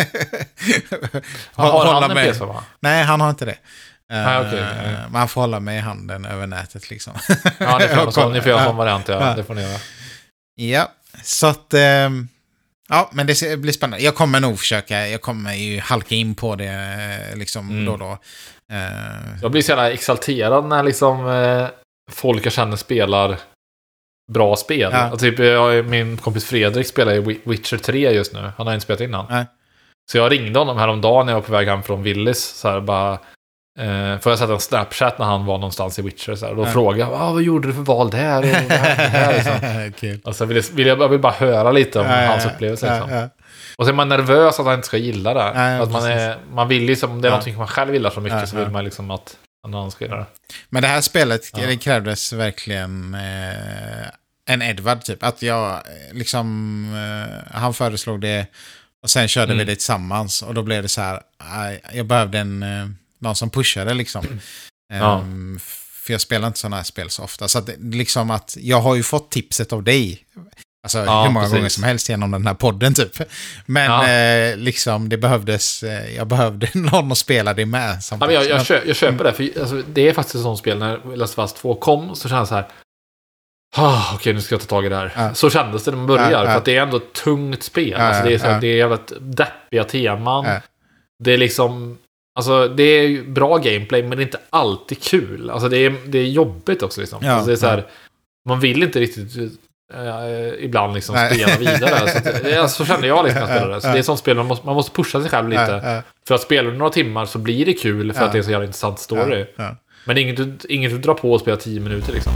Har han en PS, va? Nej, han har inte det. Okay. Man får hålla med i handen över nätet liksom. Ja, ni får göra en sån variant. Ja. Det får ni göra. Ja, så att... Ja, men det blir spännande. Jag kommer ju halka in på det liksom då och då. Jag blir så jävla exalterad när liksom folk jag känner spelar bra spel. Ja. Typ, min kompis Fredrik spelar ju Witcher 3 just nu. Han har inte spelat innan. Nej. Så jag ringde honom häromdagen när jag var på väg hem från Willys. Så här, bara... För jag satt en Snapchat när han var någonstans i Witcher så här. Då frågade jag, vad gjorde du för val där? Och det här liksom. Cool. Och så jag vill bara höra lite om hans upplevelse liksom. Och så är man nervös att han inte ska gilla det. Att man vill liksom, det är någonting man själv gillar så mycket, så vill man liksom att någon annan ska göra det. Men det här spelet, det krävdes verkligen en Edvard typ. Att jag liksom, han föreslog det och sen körde vi det tillsammans. Och då blev det så här, jag behövde någon som pushade liksom. för jag spelar inte sådana här spel så ofta. Så att, liksom att jag har ju fått tipset av dig. Alltså hur många gånger som helst genom den här podden typ. Men liksom det behövdes, jag behövde någon att spela det med. Ja, men jag köper det, för alltså, det är faktiskt ett sånt spel när Last of Us 2 kom så kändes det så här. Okej, nu ska jag ta tag i det här. Ja. Så kändes det när man börjar. För att det är ändå ett tungt spel. Alltså, det är så här, det är jävligt deppiga teman. Det är liksom... Alltså, det är ju bra gameplay, men det är inte alltid kul. Alltså, det är jobbigt också liksom. Alltså, det är så här, man vill inte riktigt ibland liksom spela vidare. Så känner jag liksom att spela det. Så det är sånt spel, man måste pusha sig själv lite. För att spela några timmar så blir det kul för att det är så jävla intressant story. Men det är inget du drar på och spela 10 minuter liksom.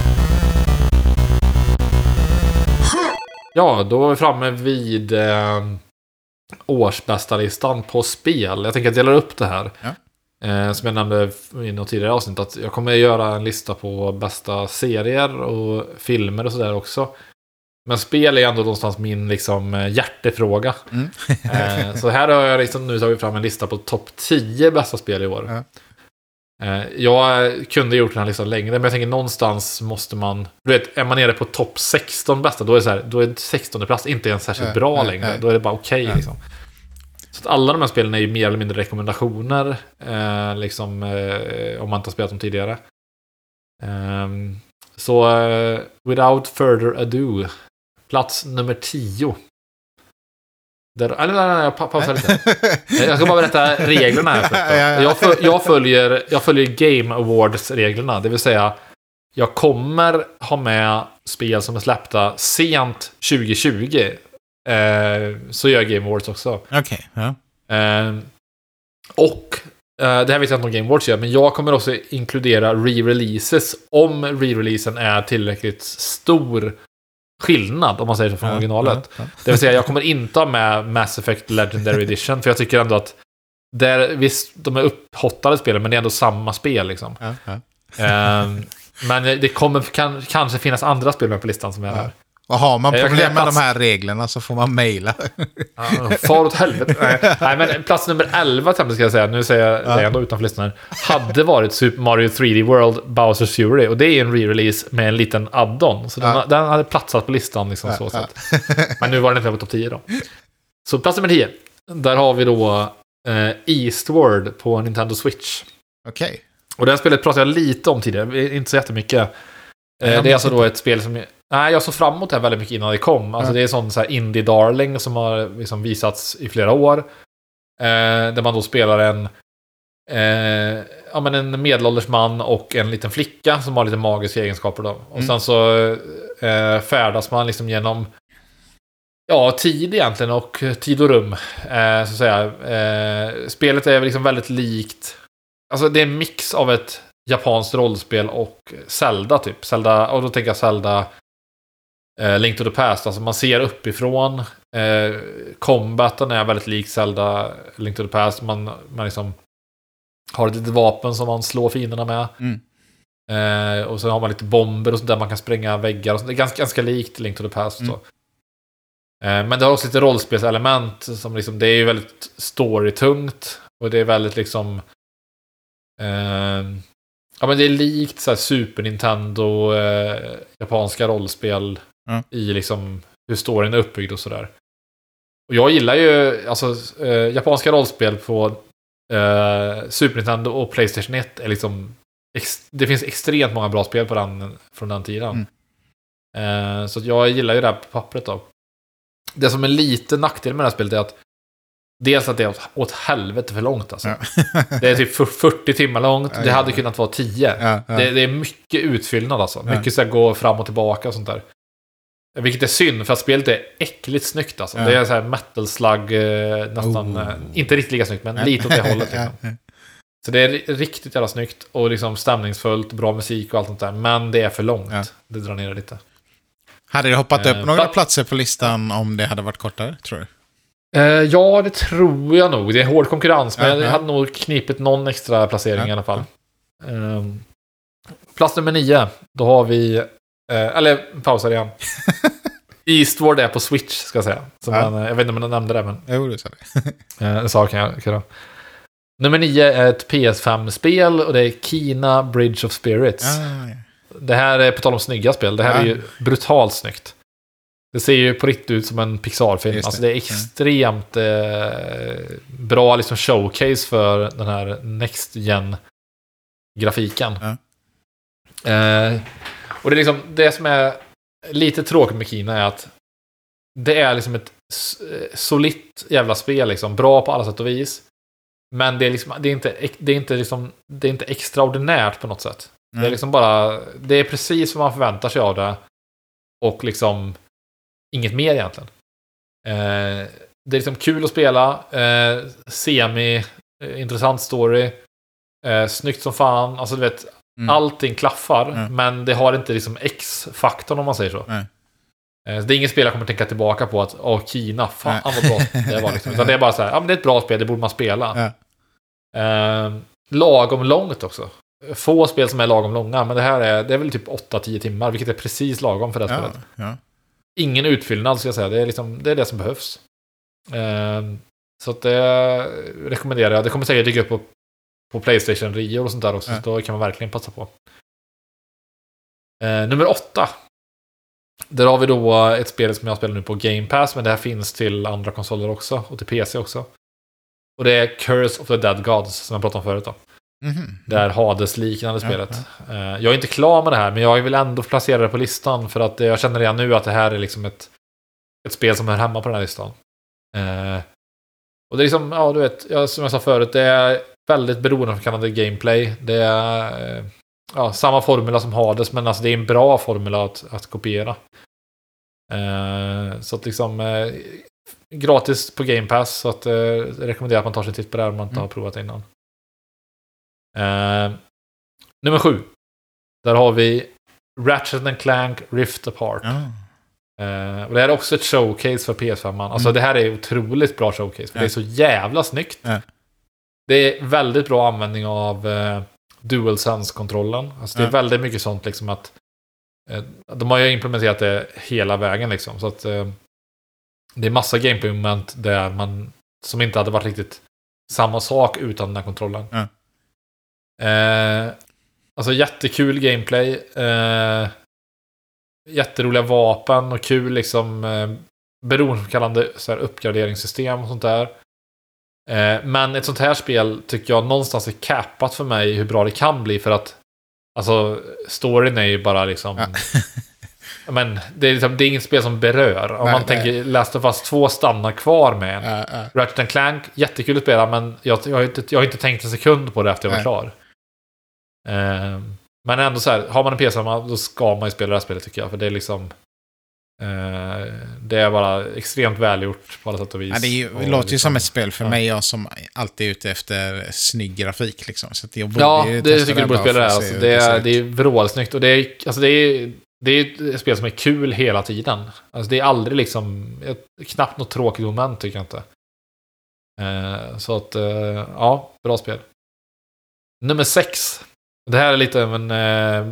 Ja, då är vi framme vid årsbästa listan på spel. Jag tänker att jag delar upp det här. Som jag nämnde i något tidigare avsnitt, att jag kommer att göra en lista på bästa serier och filmer och sådär också. Men spel är ändå någonstans min liksom hjärtefråga. Så här har jag liksom nu tagit fram en lista på topp 10 bästa spel i år. Jag kunde gjort den här listan längre, men jag tänker någonstans måste man... Du vet, är man nere på topp 16 bästa, då är det så här, då är 16:e plats inte ens särskilt bra längre. Då är det bara okej liksom. Så att alla de här spelen är ju mer eller mindre rekommendationer liksom, om man inte har spelat dem tidigare. Så without further ado, plats nummer 10. Jag pausar lite. Jag ska bara berätta reglerna här först. Jag följer Game Awards-reglerna. Det vill säga, jag kommer ha med spel som är släppta sent 2020. Så gör Game Awards också. Okej. Och det här vet jag inte om Game Awards gör, men jag kommer också inkludera re-releases om re-releasen är tillräckligt stor skillnad, om man säger så, från originalet. Det vill säga, jag kommer inte ha med Mass Effect Legendary Edition, för jag tycker ändå att visst, de är upphottade spelen, men det är ändå samma spel liksom. Men det kommer kanske finnas andra spel med på listan som är här. Och har man problem med de här reglerna så får man mejla. Far åt helvete. Nej, men plats nummer 11 ska jag säga. Nu säger jag det ändå utanför listan här. Hade varit Super Mario 3D World Bowser's Fury. Och det är en re-release med en liten add-on. Så den hade platsat på listan liksom, så sätt. Men nu var den inte på topp 10 då. Så plats nummer 10. Där har vi då Eastward på Nintendo Switch. Okej. Och det här spelet pratade jag lite om tidigare. Inte så jättemycket. Det är alltså då ett spel som... Nej, jag såg fram emot det här väldigt mycket innan det kom. Alltså det är sån så här indie darling som har liksom visats i flera år. Där man då spelar en medelålders man och en liten flicka som har lite magiska egenskaper då. Och sen så färdas man liksom genom tid egentligen och tid och rum. Så att säga. Spelet är liksom väldigt likt... Alltså det är en mix av ett japanskt rollspel och Zelda typ. Och då tänker jag Zelda Link to the Past. Alltså man ser uppifrån. Combaten är väldigt lik Zelda Link to the Past. Man liksom har ett litet vapen som man slår fienderna med. Och så har man lite bomber och sånt där man kan spränga väggar. Och sånt. Det är ganska likt Link to the Past. Så. Men det har också lite rollspelselement. Som liksom, det är ju väldigt storytungt. Och det är väldigt liksom... men det är likt så här Super Nintendo japanska rollspel i liksom hur storyn är uppbyggd och sådär. Och jag gillar ju alltså japanska rollspel på Super Nintendo och PlayStation 1 är liksom det finns extremt många bra spel på från den tiden. Så jag gillar ju det här på pappret då. Det som är lite nackdel med det här spelet är att dels att det är åt helvete för långt alltså. Det är typ 40 timmar långt. Det hade kunnat vara 10. Det är mycket utfyllnad alltså. Mycket så här gå fram och tillbaka och sånt där. Vilket är synd, för att spelet är äckligt snyggt alltså. Det är så här metal slug nästan, inte riktigt lika snyggt, men lite åt det hållet liksom. Så det är riktigt jävla snyggt och liksom stämningsfullt, bra musik och allt sånt där. Men det är för långt. Det drar ner lite. Hade det hoppat upp några platser på listan om det hade varit kortare, tror du? Ja, det tror jag nog. Det är hård konkurrens, men jag hade nog knipit någon extra placering i alla fall. Plats nummer 9. Då har vi... eller pausar igen. Eastward är på Switch, ska jag säga. Jag vet inte om jag nämnde det, men... Jo, du sa det. Det sa kan jag. Nummer 9 är ett PS5-spel och det är Kena Bridge of Spirits. Ja. Det här är på tal om snygga spel. Det här är ju brutalt snyggt. Det ser ju på riktigt ut som en Pixar-film. Alltså det är extremt bra liksom showcase för den här Next Gen-grafiken. Ja. Och det är liksom det som är lite tråkigt med Kena är att det är liksom ett solitt jävla spel liksom, bra på alla sätt och vis. Men det är liksom det är inte extraordinärt på något sätt. Det är liksom bara det är precis vad man förväntar sig av det och liksom inget mer egentligen. Det är liksom kul att spela, intressant story, snyggt som fan, alltså du vet allting klaffar, men det har inte liksom X-faktorn om man säger så. Det är inget spel jag kommer tänka tillbaka på att Kena, fan vad bra det var liksom. Utan det är bara så här, ja men det är ett bra spel, det borde man spela. Lagom långt också. Få spel som är lagom långa, men det är väl typ 8-10 timmar, vilket är precis lagom för det här spelet. Ingen utfyllnad ska jag säga, det är det som behövs. Så att det rekommenderar jag. Det kommer säkert dyka upp på PlayStation Rio och sånt där också, så då kan man verkligen passa på. Nummer 8. Där har vi då ett spel som jag spelar nu på Game Pass, men det här finns till andra konsoler också och till PC också. Och det är Curse of the Dead Gods som jag pratade om förut då. Det är Hades-liknande spelet. Jag är inte klar med det här, men jag vill ändå placera det på listan för att jag känner redan nu att det här är liksom ett spel som hör hemma på den här listan. Och det är liksom, ja du vet, som jag sa förut, det är väldigt beroendeframkallande gameplay. Det är samma formula som Hades, men alltså det är en bra formula att kopiera. Så att liksom gratis på Game Pass, så att jag rekommenderar att man tar sig en titt på det här om man inte har provat det innan. Nummer 7. Där har vi Ratchet & Clank Rift Apart. Och det här är också ett showcase för PS5. Alltså det här är otroligt bra showcase, för det är så jävla snyggt. Det är väldigt bra användning av DualSense-kontrollen. Alltså det är väldigt mycket sånt liksom att de har ju implementerat det hela vägen liksom, så att det är massa gameplay-moment där man som inte hade varit riktigt samma sak utan den här kontrollen. Alltså jättekul gameplay, jätteroliga vapen och kul liksom beroendeframkallande så här uppgraderingssystem och sånt där. Men ett sånt här spel tycker jag någonstans är cappat för mig hur bra det kan bli, för att alltså storyn är ju bara liksom men det är liksom, det är inget spel som berör. Om man tänker Last of Us 2 stannar kvar med Ratchet & Clank, jättekul att spela, men jag har inte tänkt en sekund på det efter jag var klar. Men ändå så här, har man en PC då ska man ju spela det här spelet tycker jag, för det är liksom det är bara extremt välgjort på alla sätt och vis. Det låter ju som ett spel för mig, jag som alltid är ute efter snygg grafik liksom. Så att jag det tycker du borde spela det här. Alltså, det är vrålsnyggt, och det är ett spel som är kul hela tiden. Alltså det är aldrig liksom knappt något tråkigt moment tycker jag inte. Så att bra spel. Nummer 6. Det här är lite av en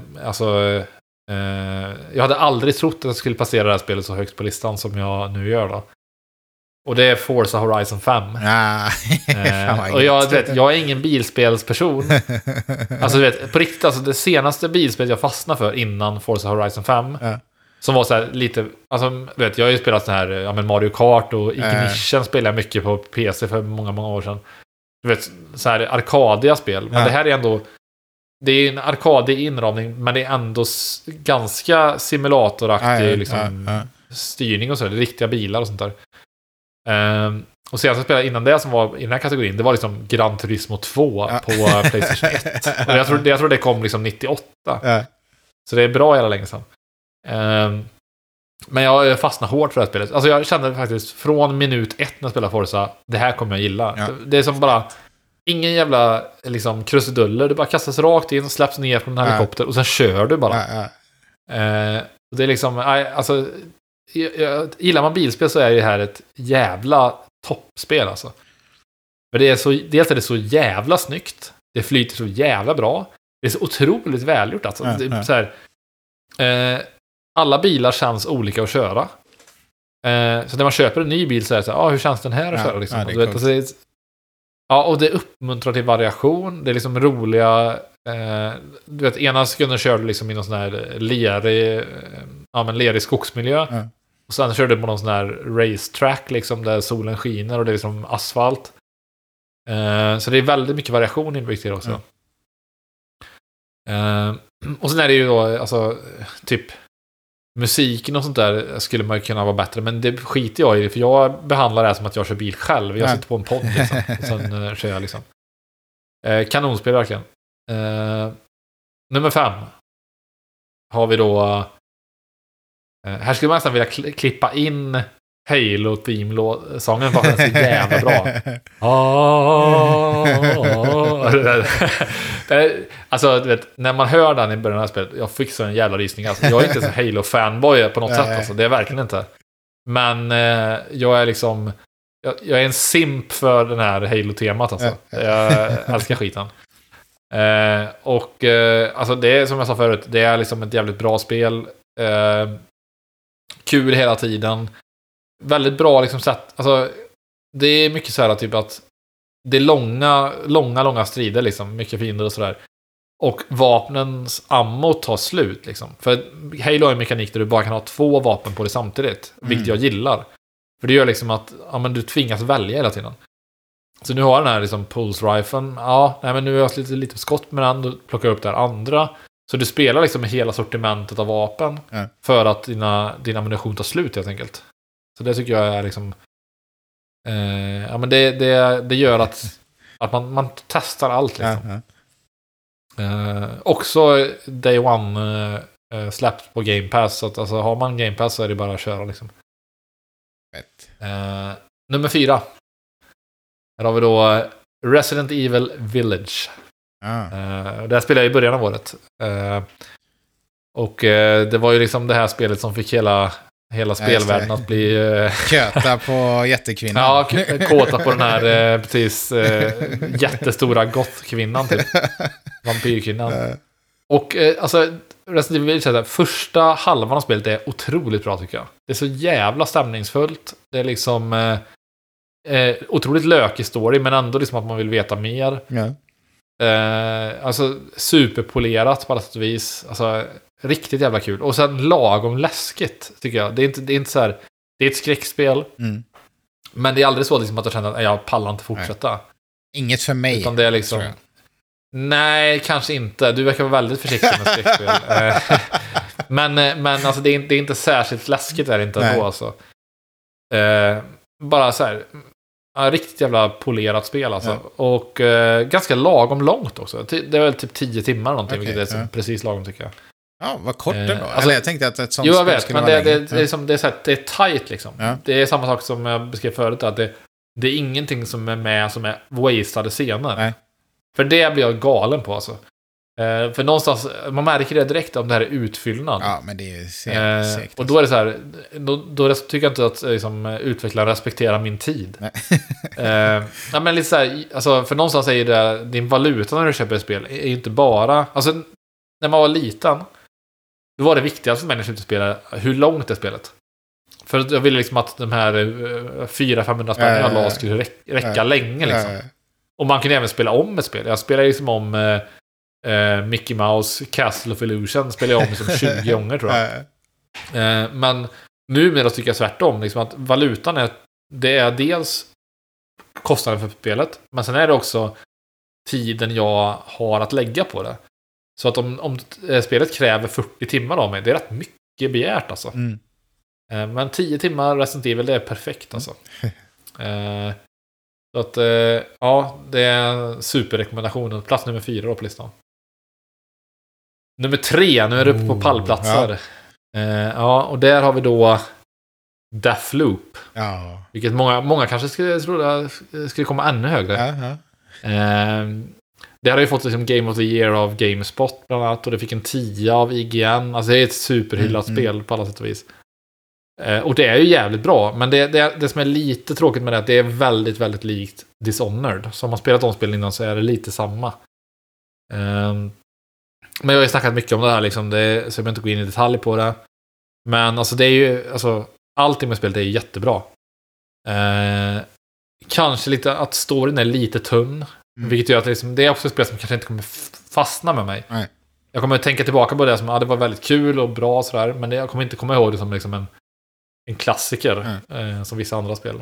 jag hade aldrig trott att jag skulle passera det här spelet så högt på listan som jag nu gör då. Och det är Forza Horizon 5. Och jag är ingen bilspelsperson. Alltså du vet, på riktigt, alltså det senaste bilspelet jag fastnade för innan Forza Horizon 5 som var så här lite, alltså du vet, jag har ju spelat så här Mario Kart och Ignition spelade jag mycket på PC för många år sedan. Du vet, så här arkadiga spel, men det här är ändå, det är en arkadig inramning, men det är ändå ganska simulatoraktig liksom styrning och så, det är riktiga bilar och sånt där. Och senast jag spelade innan det som var i den här kategorin, det var liksom Gran Turismo 2 på PlayStation 1. Och jag tror det kom liksom 98. Så det är bra jävla länge sedan. Men jag fastnade hårt för det här spelet. Alltså jag kände faktiskt från minut 1 när jag spelade Forza, det här kommer jag gilla. Det är som bara ingen jävla liksom krusiduller. Du bara kastas rakt in och släpps ner från en helikopter och sen kör du bara. Det är liksom, alltså gillar man bilspel så är det här ett jävla toppspel alltså. För det är så, dels är det så jävla snyggt. Det flyter så jävla bra. Det är så otroligt välgjort alltså. Det är så här, alla bilar känns olika att köra. Så när man köper en ny bil så är det så här, hur känns den här att köra liksom? Ja, och det uppmuntrar till variation. Det är liksom roliga... du vet, ena sekunden körde du liksom i någon sån här lerig skogsmiljö. Mm. Och sen körde du på någon sån här racetrack liksom, där solen skiner och det är liksom asfalt. Så det är väldigt mycket variation inbyggt i det också. Och sen är det ju då, alltså, typ musiken och sånt där skulle man kunna vara bättre, men det skiter jag i, för jag behandlar det här som att jag kör bil själv. Jag sitter på en podd liksom, och sen kör jag liksom. Kanonspel verkligen. Nummer 5 har vi då... här skulle man nästan vilja klippa in Halo-theme-sången, för den är så jävla bra. Alltså, du vet, när man hör den i början av spelet, jag fick så en jävla rysning. Alltså, jag är inte så Halo-fanboy på något sätt, alltså, det är verkligen inte. Men jag är liksom... Jag är en simp för den här Halo-temat, alltså. Jag älskar skiten. Alltså det är som jag sa förut, det är liksom ett jävligt bra spel. Kul hela tiden. Väldigt bra liksom sätt. Alltså, det är mycket så här typ att det är långa strider liksom, mycket fiender och sådär. Och vapnens ammo tar slut liksom. För Halo har en mekanik där du bara kan ha 2 vapen på det samtidigt, vilket jag gillar. För det gör liksom att men du tvingas välja hela tiden. Så nu har den här liksom pulse-riflen. Ja, nej, men nu har jag lite skott med den. Då plockar jag upp det här andra. Så du spelar liksom med hela sortimentet av vapen. För att din ammunition tar slut helt enkelt. Så det tycker jag är liksom... men det gör att man testar allt liksom. Också Day One släppt på Game Pass. Så att, alltså, har man Game Pass så är det bara att köra liksom. Nummer 4. Här har vi då Resident Evil Village. Det här spelade jag i början av året. Och det var ju liksom det här spelet som fick hela spelvärlden att bli... Köta på jättekvinnan. Ja, kåta på den här precis jättestora gottkvinnan typ. Vampyrkvinnan. Och alltså Resident Evil Village, första halvan av spelet är otroligt bra tycker jag. Det är så jävla stämningsfullt. Det är liksom otroligt lökig story, men ändå liksom att man vill veta mer. Alltså superpolerat på alla sätt och vis. Alltså riktigt jävla kul. Och sen lagom läskigt tycker jag. Det är inte så här, det är ett skräckspel. Men det är aldrig så liksom att jag känner att jag pallar inte fortsätta. Nej. Inget för mig. Utan det är liksom... Nej, kanske inte. Du verkar vara väldigt försiktig med skräckspel. men alltså det är inte särskilt läskigt är det inte ändå alltså. Bara så här riktigt jävla polerat spel alltså. Och ganska lagom långt också. Det är väl typ 10 timmar någonting, vilket är precis lagom tycker jag. Ja, vad kort det var. Alltså, jag tänkte att ett sånt spel skulle men vara det är tight liksom. Det är samma sak som jag beskrev förut, att det är ingenting som är med som är wastade scener. För det blir jag galen på alltså. För någonstans, man märker det direkt om det här är utfyllnad. Ja, men det är säkert. Och då är det så här, då tycker jag inte att liksom, utvecklaren respekterar min tid. Ja, men lite så här, alltså, för någonstans är ju det, din valuta när du köper ett spel är ju inte bara, alltså när man var liten, då var det viktigaste för människor att spela hur långt är spelet. För jag ville liksom att de här 400-500 spänn jag la skulle räcka länge liksom. Och man kan även spela om ett spel. Jag spelar liksom om Mickey Mouse Castle of Illusion spelar jag om liksom 20 gånger tror jag. Men numera tycker jag tvärtom liksom att valutan det är dels kostnaden för spelet, men sen är det också tiden jag har att lägga på det. Så att om spelet kräver 40 timmar av mig, det är rätt mycket begärt alltså. Men 10 timmar Resident Evil, det är perfekt alltså. Så att, ja, det är superrekommendationen. Plats nummer 4 då på listan. Nummer 3, nu är det uppe på pallplatser. Ja, och där har vi då Deathloop. Ja. Vilket många kanske skulle komma ännu högre. Det har ju fått liksom Game of the Year av GameSpot bland annat. Och det fick en 10 av IGN. Alltså det är ett superhyllat spel på alla sätt och vis. Och det är ju jävligt bra. Men det som är lite tråkigt med det är att det är väldigt, väldigt likt Dishonored. Så om man spelat de spelen innan så är det lite samma. Men jag har ju snackat mycket om det här liksom, så jag behöver inte gå in i detalj på det. Men alltså det är ju, alltså allting med spelet är jättebra. kanske lite att storyn är lite tunn. Vilket gör att liksom, det är också ett spel som kanske inte kommer fastna med mig. Nej. Jag kommer att tänka tillbaka på det som det var väldigt kul och bra och sådär. Men jag kommer inte komma ihåg det som liksom en klassiker. Som vissa andra spel.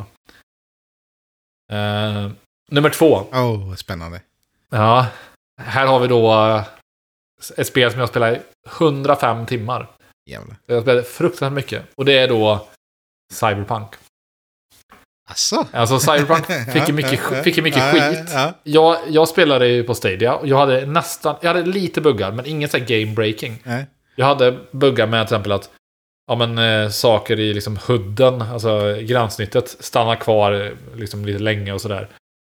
Nummer 2. Spännande. Ja, här har vi då ett spel som jag spelar i 105 timmar. Jävlar. Jag spelar fruktansvärt mycket. Och det är då Cyberpunk. Alltså Cyberpunk fick ju mycket skit. Jag spelade ju på Stadia och jag hade lite buggar, men ingen sån här game breaking. Jag hade buggar med till exempel att saker i liksom hooden, alltså gränssnittet, stannar kvar liksom lite länge och sådär.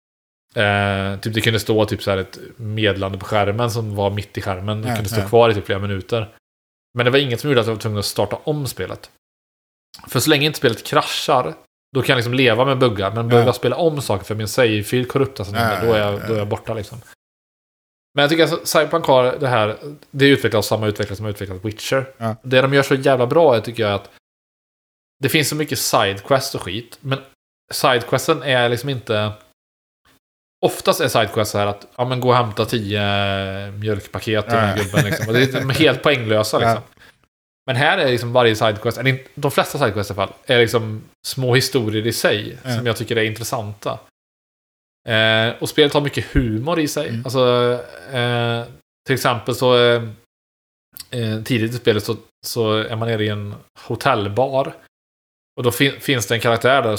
Typ det kunde stå typ så här ett meddelande på skärmen som var mitt i skärmen. Det kunde stå kvar i typ flera minuter. Men det var inget som gjorde att jag var tvungen att starta om spelet. För så länge inte spelet kraschar, då kan jag liksom leva med buggar. Men börjar jag spela om saker för min save-fil korruptas, då är jag borta liksom. Men jag tycker att Cyberpunk har det här, det är utvecklat av samma utvecklare som har utvecklat Witcher. Det de gör så jävla bra tycker jag att det finns så mycket sidequest och skit. Men sidequesten är liksom inte... Oftast är sidequest så här att gå och hämta 10 mjölkpaket till den här gubben liksom. Och det är helt poänglösa liksom. Men här är liksom varje sidequest, eller de flesta sidequests i alla fall, är liksom små historier i sig som jag tycker är intressanta. Och spelet har mycket humor i sig. Alltså, till exempel så tidigt i spelet så är man nere i en hotellbar. Och då finns det en karaktär där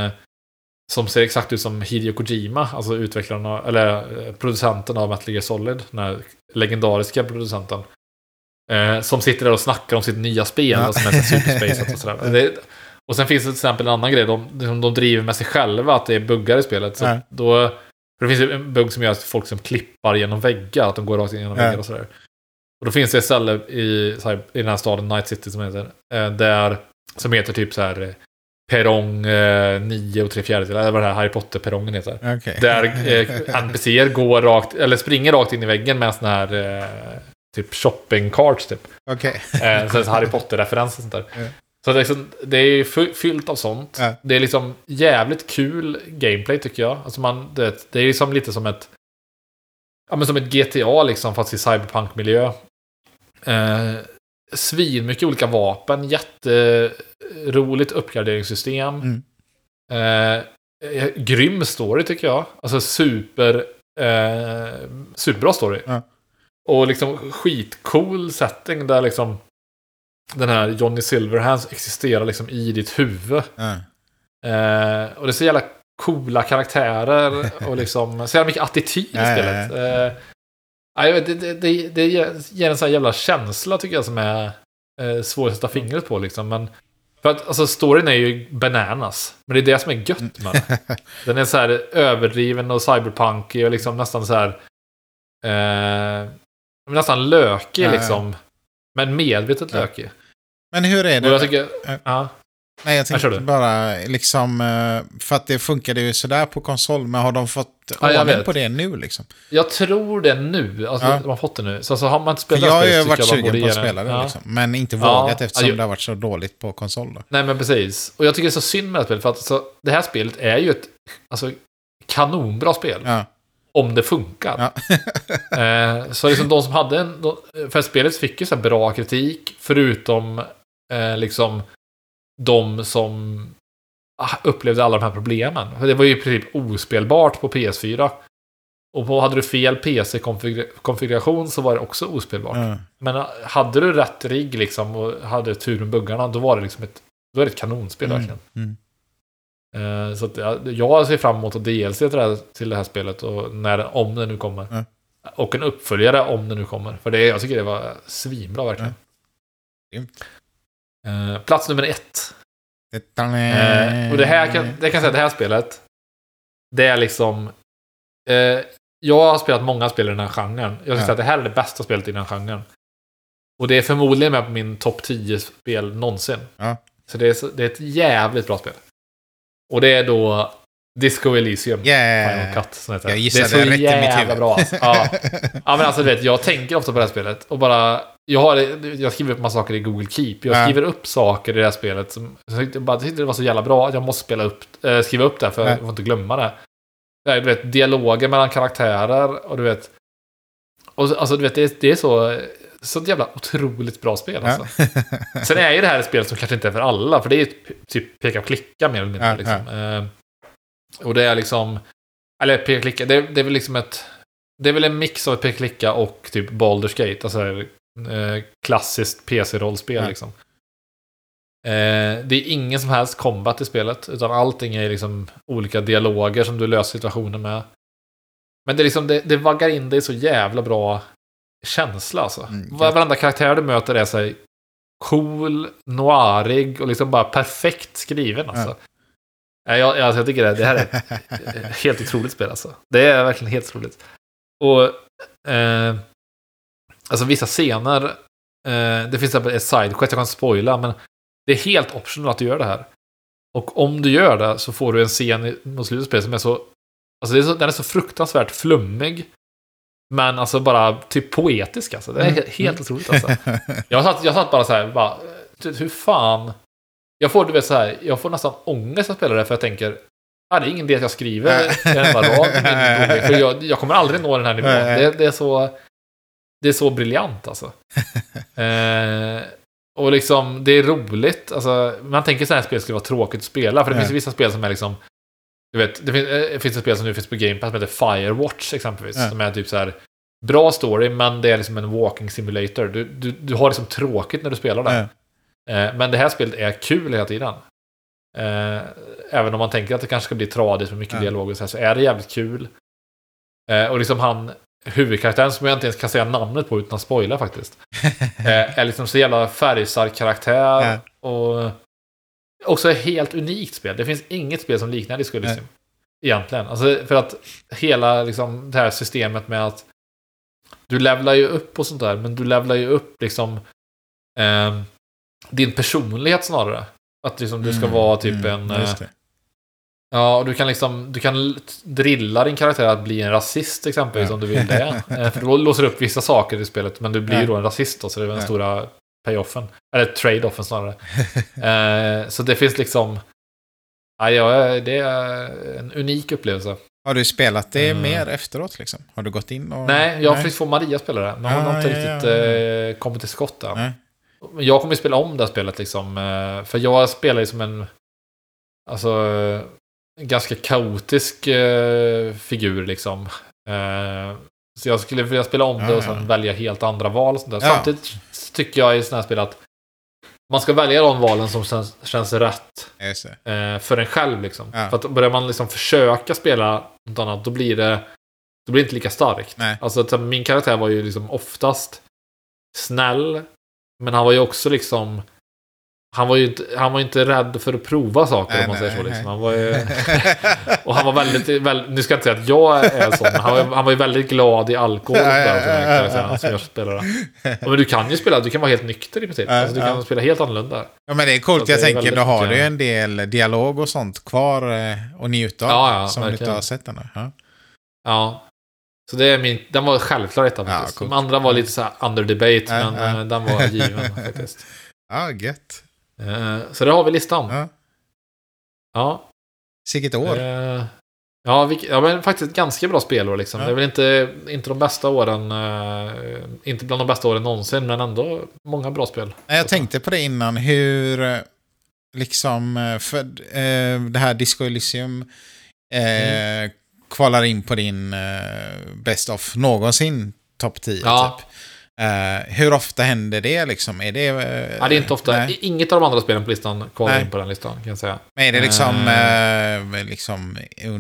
som ser exakt ut som Hideo Kojima, alltså utvecklaren eller producenten av Metal Gear Solid, den här legendariska producenten. Som sitter där och snackar om sitt nya spel som är Super och sådär. Och sen finns det till exempel en annan grej, de driver med sig själva att det är buggar i spelet. Så för det finns en bugg som gör att folk som klippar genom väggar, att de går rakt igenom väggar och sådär. Och då finns det ett ställe i den här staden Night City som heter typ så här perrong 9 och 3/4, eller vad det här Harry Potter-perrongen heter. Där NPC:er går rakt, eller springer rakt in i väggen med såna här typ shopping carts typ. Så Harry Potter-referens och sånt där. Så det är fyllt av sånt. Det är liksom jävligt kul gameplay tycker jag. Alltså det är liksom lite som ett som ett GTA liksom, fast i cyberpunk-miljö. Mycket olika vapen, jätteroligt uppgraderingssystem. Grym story tycker jag. Alltså superbra story. Och liksom skitcool setting där liksom den här Johnny Silverhands existerar liksom i ditt huvud. Och det är så jävla coola karaktärer och liksom så jävla mycket attityd i spelet. Det ger en sån här jävla känsla tycker jag som är svår att sätta fingret på liksom. Men för att alltså storyn är ju bananas, men det är det som är gött med den. Den är så här överdriven och cyberpunkig och liksom nästan så här nästan lökig liksom. Men medvetet lökig. Men hur är det? Jag tycker, Nej, jag tänkte bara liksom, för att det funkade ju sådär på konsol, men har de fått ordning på det nu liksom? Jag tror det nu, alltså de har fått det nu. Så har man inte spelat jag har ju det, varit sugen på att spela det liksom, men inte vågat eftersom det har varit så dåligt på konsol då. Nej men precis, och jag tycker det är så synd med det spelet, för att det här spelet är ju ett kanonbra spel. Om det funkar. Så liksom de som hade för spelet fick ju så här bra kritik, förutom liksom de som upplevde alla de här problemen. För det var ju i princip ospelbart på PS4. Och hade du fel PC-konfiguration så var det också ospelbart. Men hade du rätt rigg liksom och hade tur med buggarna, då var det liksom ett kanonspel verkligen. Så att jag ser fram emot att DLC till det här spelet och om det nu kommer. Och en uppföljare om det nu kommer. För jag tycker det var svinbra verkligen. Plats nummer 1. Och det kan jag säga, det här spelet, det är liksom jag har spelat många spel i den här genren. Jag skulle säga att det här är det bästa spelet i den här genren. Och det är förmodligen med på min topp 10 spel någonsin. Så det är ett jävligt bra spel. Och det är då Disco Elysium. Yeah. Final Cut, som heter. Jag Det är gissade så rätt i mitt jävla huvud. bra. Alltså. Ja. Ja, men alltså du vet, jag tänker ofta på det här spelet och bara... Jag skriver upp massa saker i Google Keep. Jag skriver upp saker i det här spelet som jag tyckte det var så jävla bra att jag måste skriva upp det för jag får inte glömma det. Du vet, dialoger mellan karaktärer och du vet... Och, alltså du vet, det är så jävla otroligt bra spel alltså. Sen är ju det här ett spel som kanske inte är för alla, för det är typ peka och klicka mer eller mindre liksom. Och det är liksom... Eller peka och klicka, det är väl liksom det är väl en mix av ett peka och klicka och typ Baldur's Gate, alltså klassiskt PC-rollspel liksom. Det är ingen som helst combat i spelet, utan allting är liksom olika dialoger som du löser situationen med. Men det är liksom, det vaggar in dig så jävla bra känsla alltså. Varenda karaktär du möter är så här cool, noirig och liksom bara perfekt skriven alltså. Jag tycker det här är ett helt otroligt spel alltså. Det är verkligen helt otroligt. Och alltså vissa scener det finns ett sidequest, jag kan spoila, men det är helt optional att du gör det här. Och om du gör det så får du en scen mot slutet av spelet som är så... Alltså den är så fruktansvärt flummig. Men alltså bara typ poetisk alltså. Det är helt otroligt alltså. Jag satt bara så här, hur fan... Jag får nästan ångest att spela det, för jag tänker... det är ingen idé att jag skriver en rad. För jag kommer aldrig nå den här nivån. Det är så briljant alltså. Och liksom, det är roligt. Alltså, man tänker så här spel skulle vara tråkigt att spela. För det finns vissa spel som är liksom... Du vet, det finns ett spel som nu finns på Game Pass som heter Firewatch exempelvis. Som är typ så här bra story, men det är liksom en walking simulator. Du har liksom tråkigt när du spelar det. Men det här spelet är kul hela tiden. Även om man tänker att det kanske ska bli tradigt med mycket dialog och så är det jävligt kul. Och liksom huvudkaraktären, som jag inte ens kan säga namnet på utan att spoila faktiskt, är liksom så jävla färgstark karaktär och också ett helt unikt spel. Det finns inget spel som liknar Disco Elysium egentligen. Alltså för att hela liksom det här systemet med att du levlar ju upp och sånt där, men du levlar ju upp liksom din personlighet snarare. Att liksom du ska vara typ ja, och du kan drilla din karaktär att bli en rasist exempelvis om du vill det. För då låser du upp vissa saker i spelet, men du blir ju då en rasist då, så det är den stora payoffen. Eller trade-offen snarare. Så det finns liksom... det är en unik upplevelse. Har du spelat det mer efteråt liksom? Har du gått in och... Nej, jag har faktiskt få Maria spela det. Men hon har inte riktigt kommit till skott där. Jag kommer ju spela om det här spelet liksom. För jag spelar ju som en... Alltså... ganska kaotisk figur liksom. Så jag skulle vilja spela om det och sen välja helt andra val och sånt där. Samtidigt tycker jag i sådana här spel att man ska välja de valen som känns rätt för en själv liksom. För att börjar man liksom försöka spela något annat, då blir det inte lika starkt. Alltså min karaktär var ju liksom oftast snäll, men han var ju också liksom... Han var ju inte rädd för att prova saker, om man säger så liksom. Han var ju, och han var väldigt, nu ska jag inte säga att jag är sån, men han var ju väldigt glad i alkohol som jag spelade. Men du kan vara helt nykter i princip. Alltså, du kan spela helt annorlunda. Ja, men det är coolt. Jag tänker, då har du ju en del dialog och sånt kvar och njuta av som verkligen. Du inte har sett ännu. Ja. Så det är den var självklart faktiskt. De andra var lite så här under debate, men den var given faktiskt. Ja, gött. Så det har vi listan. Ja. Sicket år. Men faktiskt ganska bra spelår liksom. Det är väl inte de bästa åren, inte bland de bästa åren någonsin, men ändå många bra spel. Jag tänkte på det innan, hur liksom för det här Disco Elysium kvalar in på din best of någonsin topp 10 typ. Hur ofta händer det liksom? Är det... det är inte ofta. Nej. Inget av de andra spelen på listan kvalar in på den listan, kan jag säga. Men är det liksom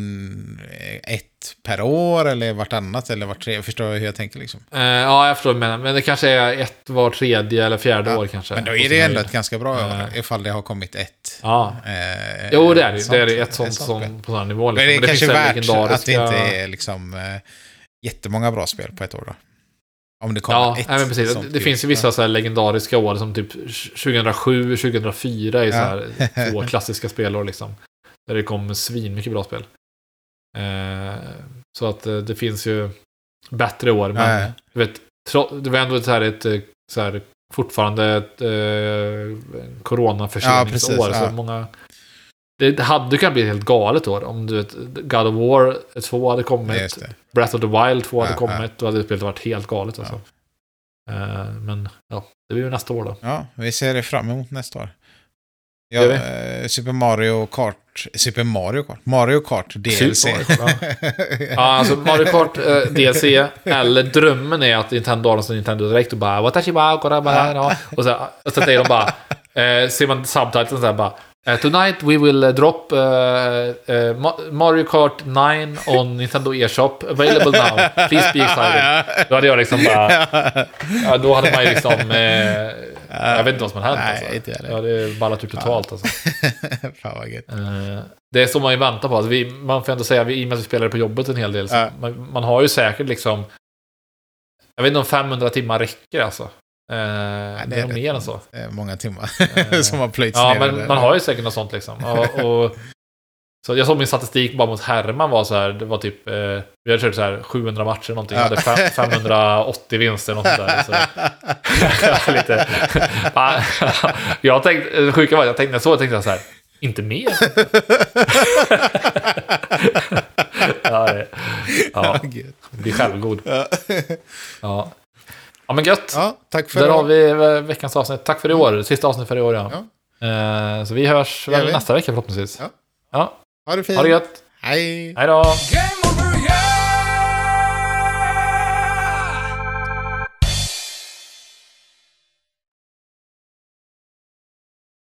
ett per år eller vartannat eller vart tredje? Förstår du hur jag tänker liksom? Jag förstår, men det kanske är ett var tredje eller fjärde år kanske. Men då är det ändå ett ganska bra år, ifall det har kommit ett. Jo, det är ett sånt som på sån nivå. Liksom. Men det kanske är värt att det inte är liksom jättemånga bra spel på ett år då. Om det kommer men precis. Det finns ju vissa så här legendariska år som typ 2007, 2004 är så här två klassiska spelår liksom. Där det kom svin mycket bra spel. Så att det finns ju bättre år. Men du vet, det var ändå så här fortfarande ett coronaförseningsår. Så många... Det hade kunnat bli ett helt galet år. Om du vet, God of War 2 hade kommit. Breath of the Wild 2 hade kommit. Då hade spelet varit helt galet. Alltså. Men ja, det blir ju nästa år då. Ja, vi ser det fram emot nästa år. Super Mario Kart DLC. Alltså Mario Kart DLC. Eller drömmen är att Nintendo har en Nintendo Direkt och bara Watashi wa koraba och så säger de bara ser man subtiteln så här bara tonight we will drop Mario Kart 9 on Nintendo eShop available now. Please be excited. Då hade jag liksom bara då hade man ju liksom jag vet inte vad som har hänt alltså. Ja, det är ballat ut totalt alltså. Fan vad gött. Det är som man ju väntar på alltså, man får ändå säga i och med att vi spelar på jobbet en hel del så man har ju säkert liksom jag vet inte om 500 timmar räcker alltså. Det är nog mer än så. Många timmar som har plöjts ner. Ja, men man har ju säkert något sånt liksom. Och så jag såg min statistik bara mot Herman var så här, det var typ vi hade kört så här 700 matcher någonting, hade 580 vinster något där så lite jag tänkte sjuka var jag tänkte så här inte mer. Det blir självgod. Ja. Ja, men gött. Ja, tack för där det. har vi veckans avsnitt. Tack för i år. Sista avsnitt för i år, ja. Så vi hörs väl nästa vecka förhoppningsvis. Ja. Ha det fint. Ha det gött. Hej. Hej då.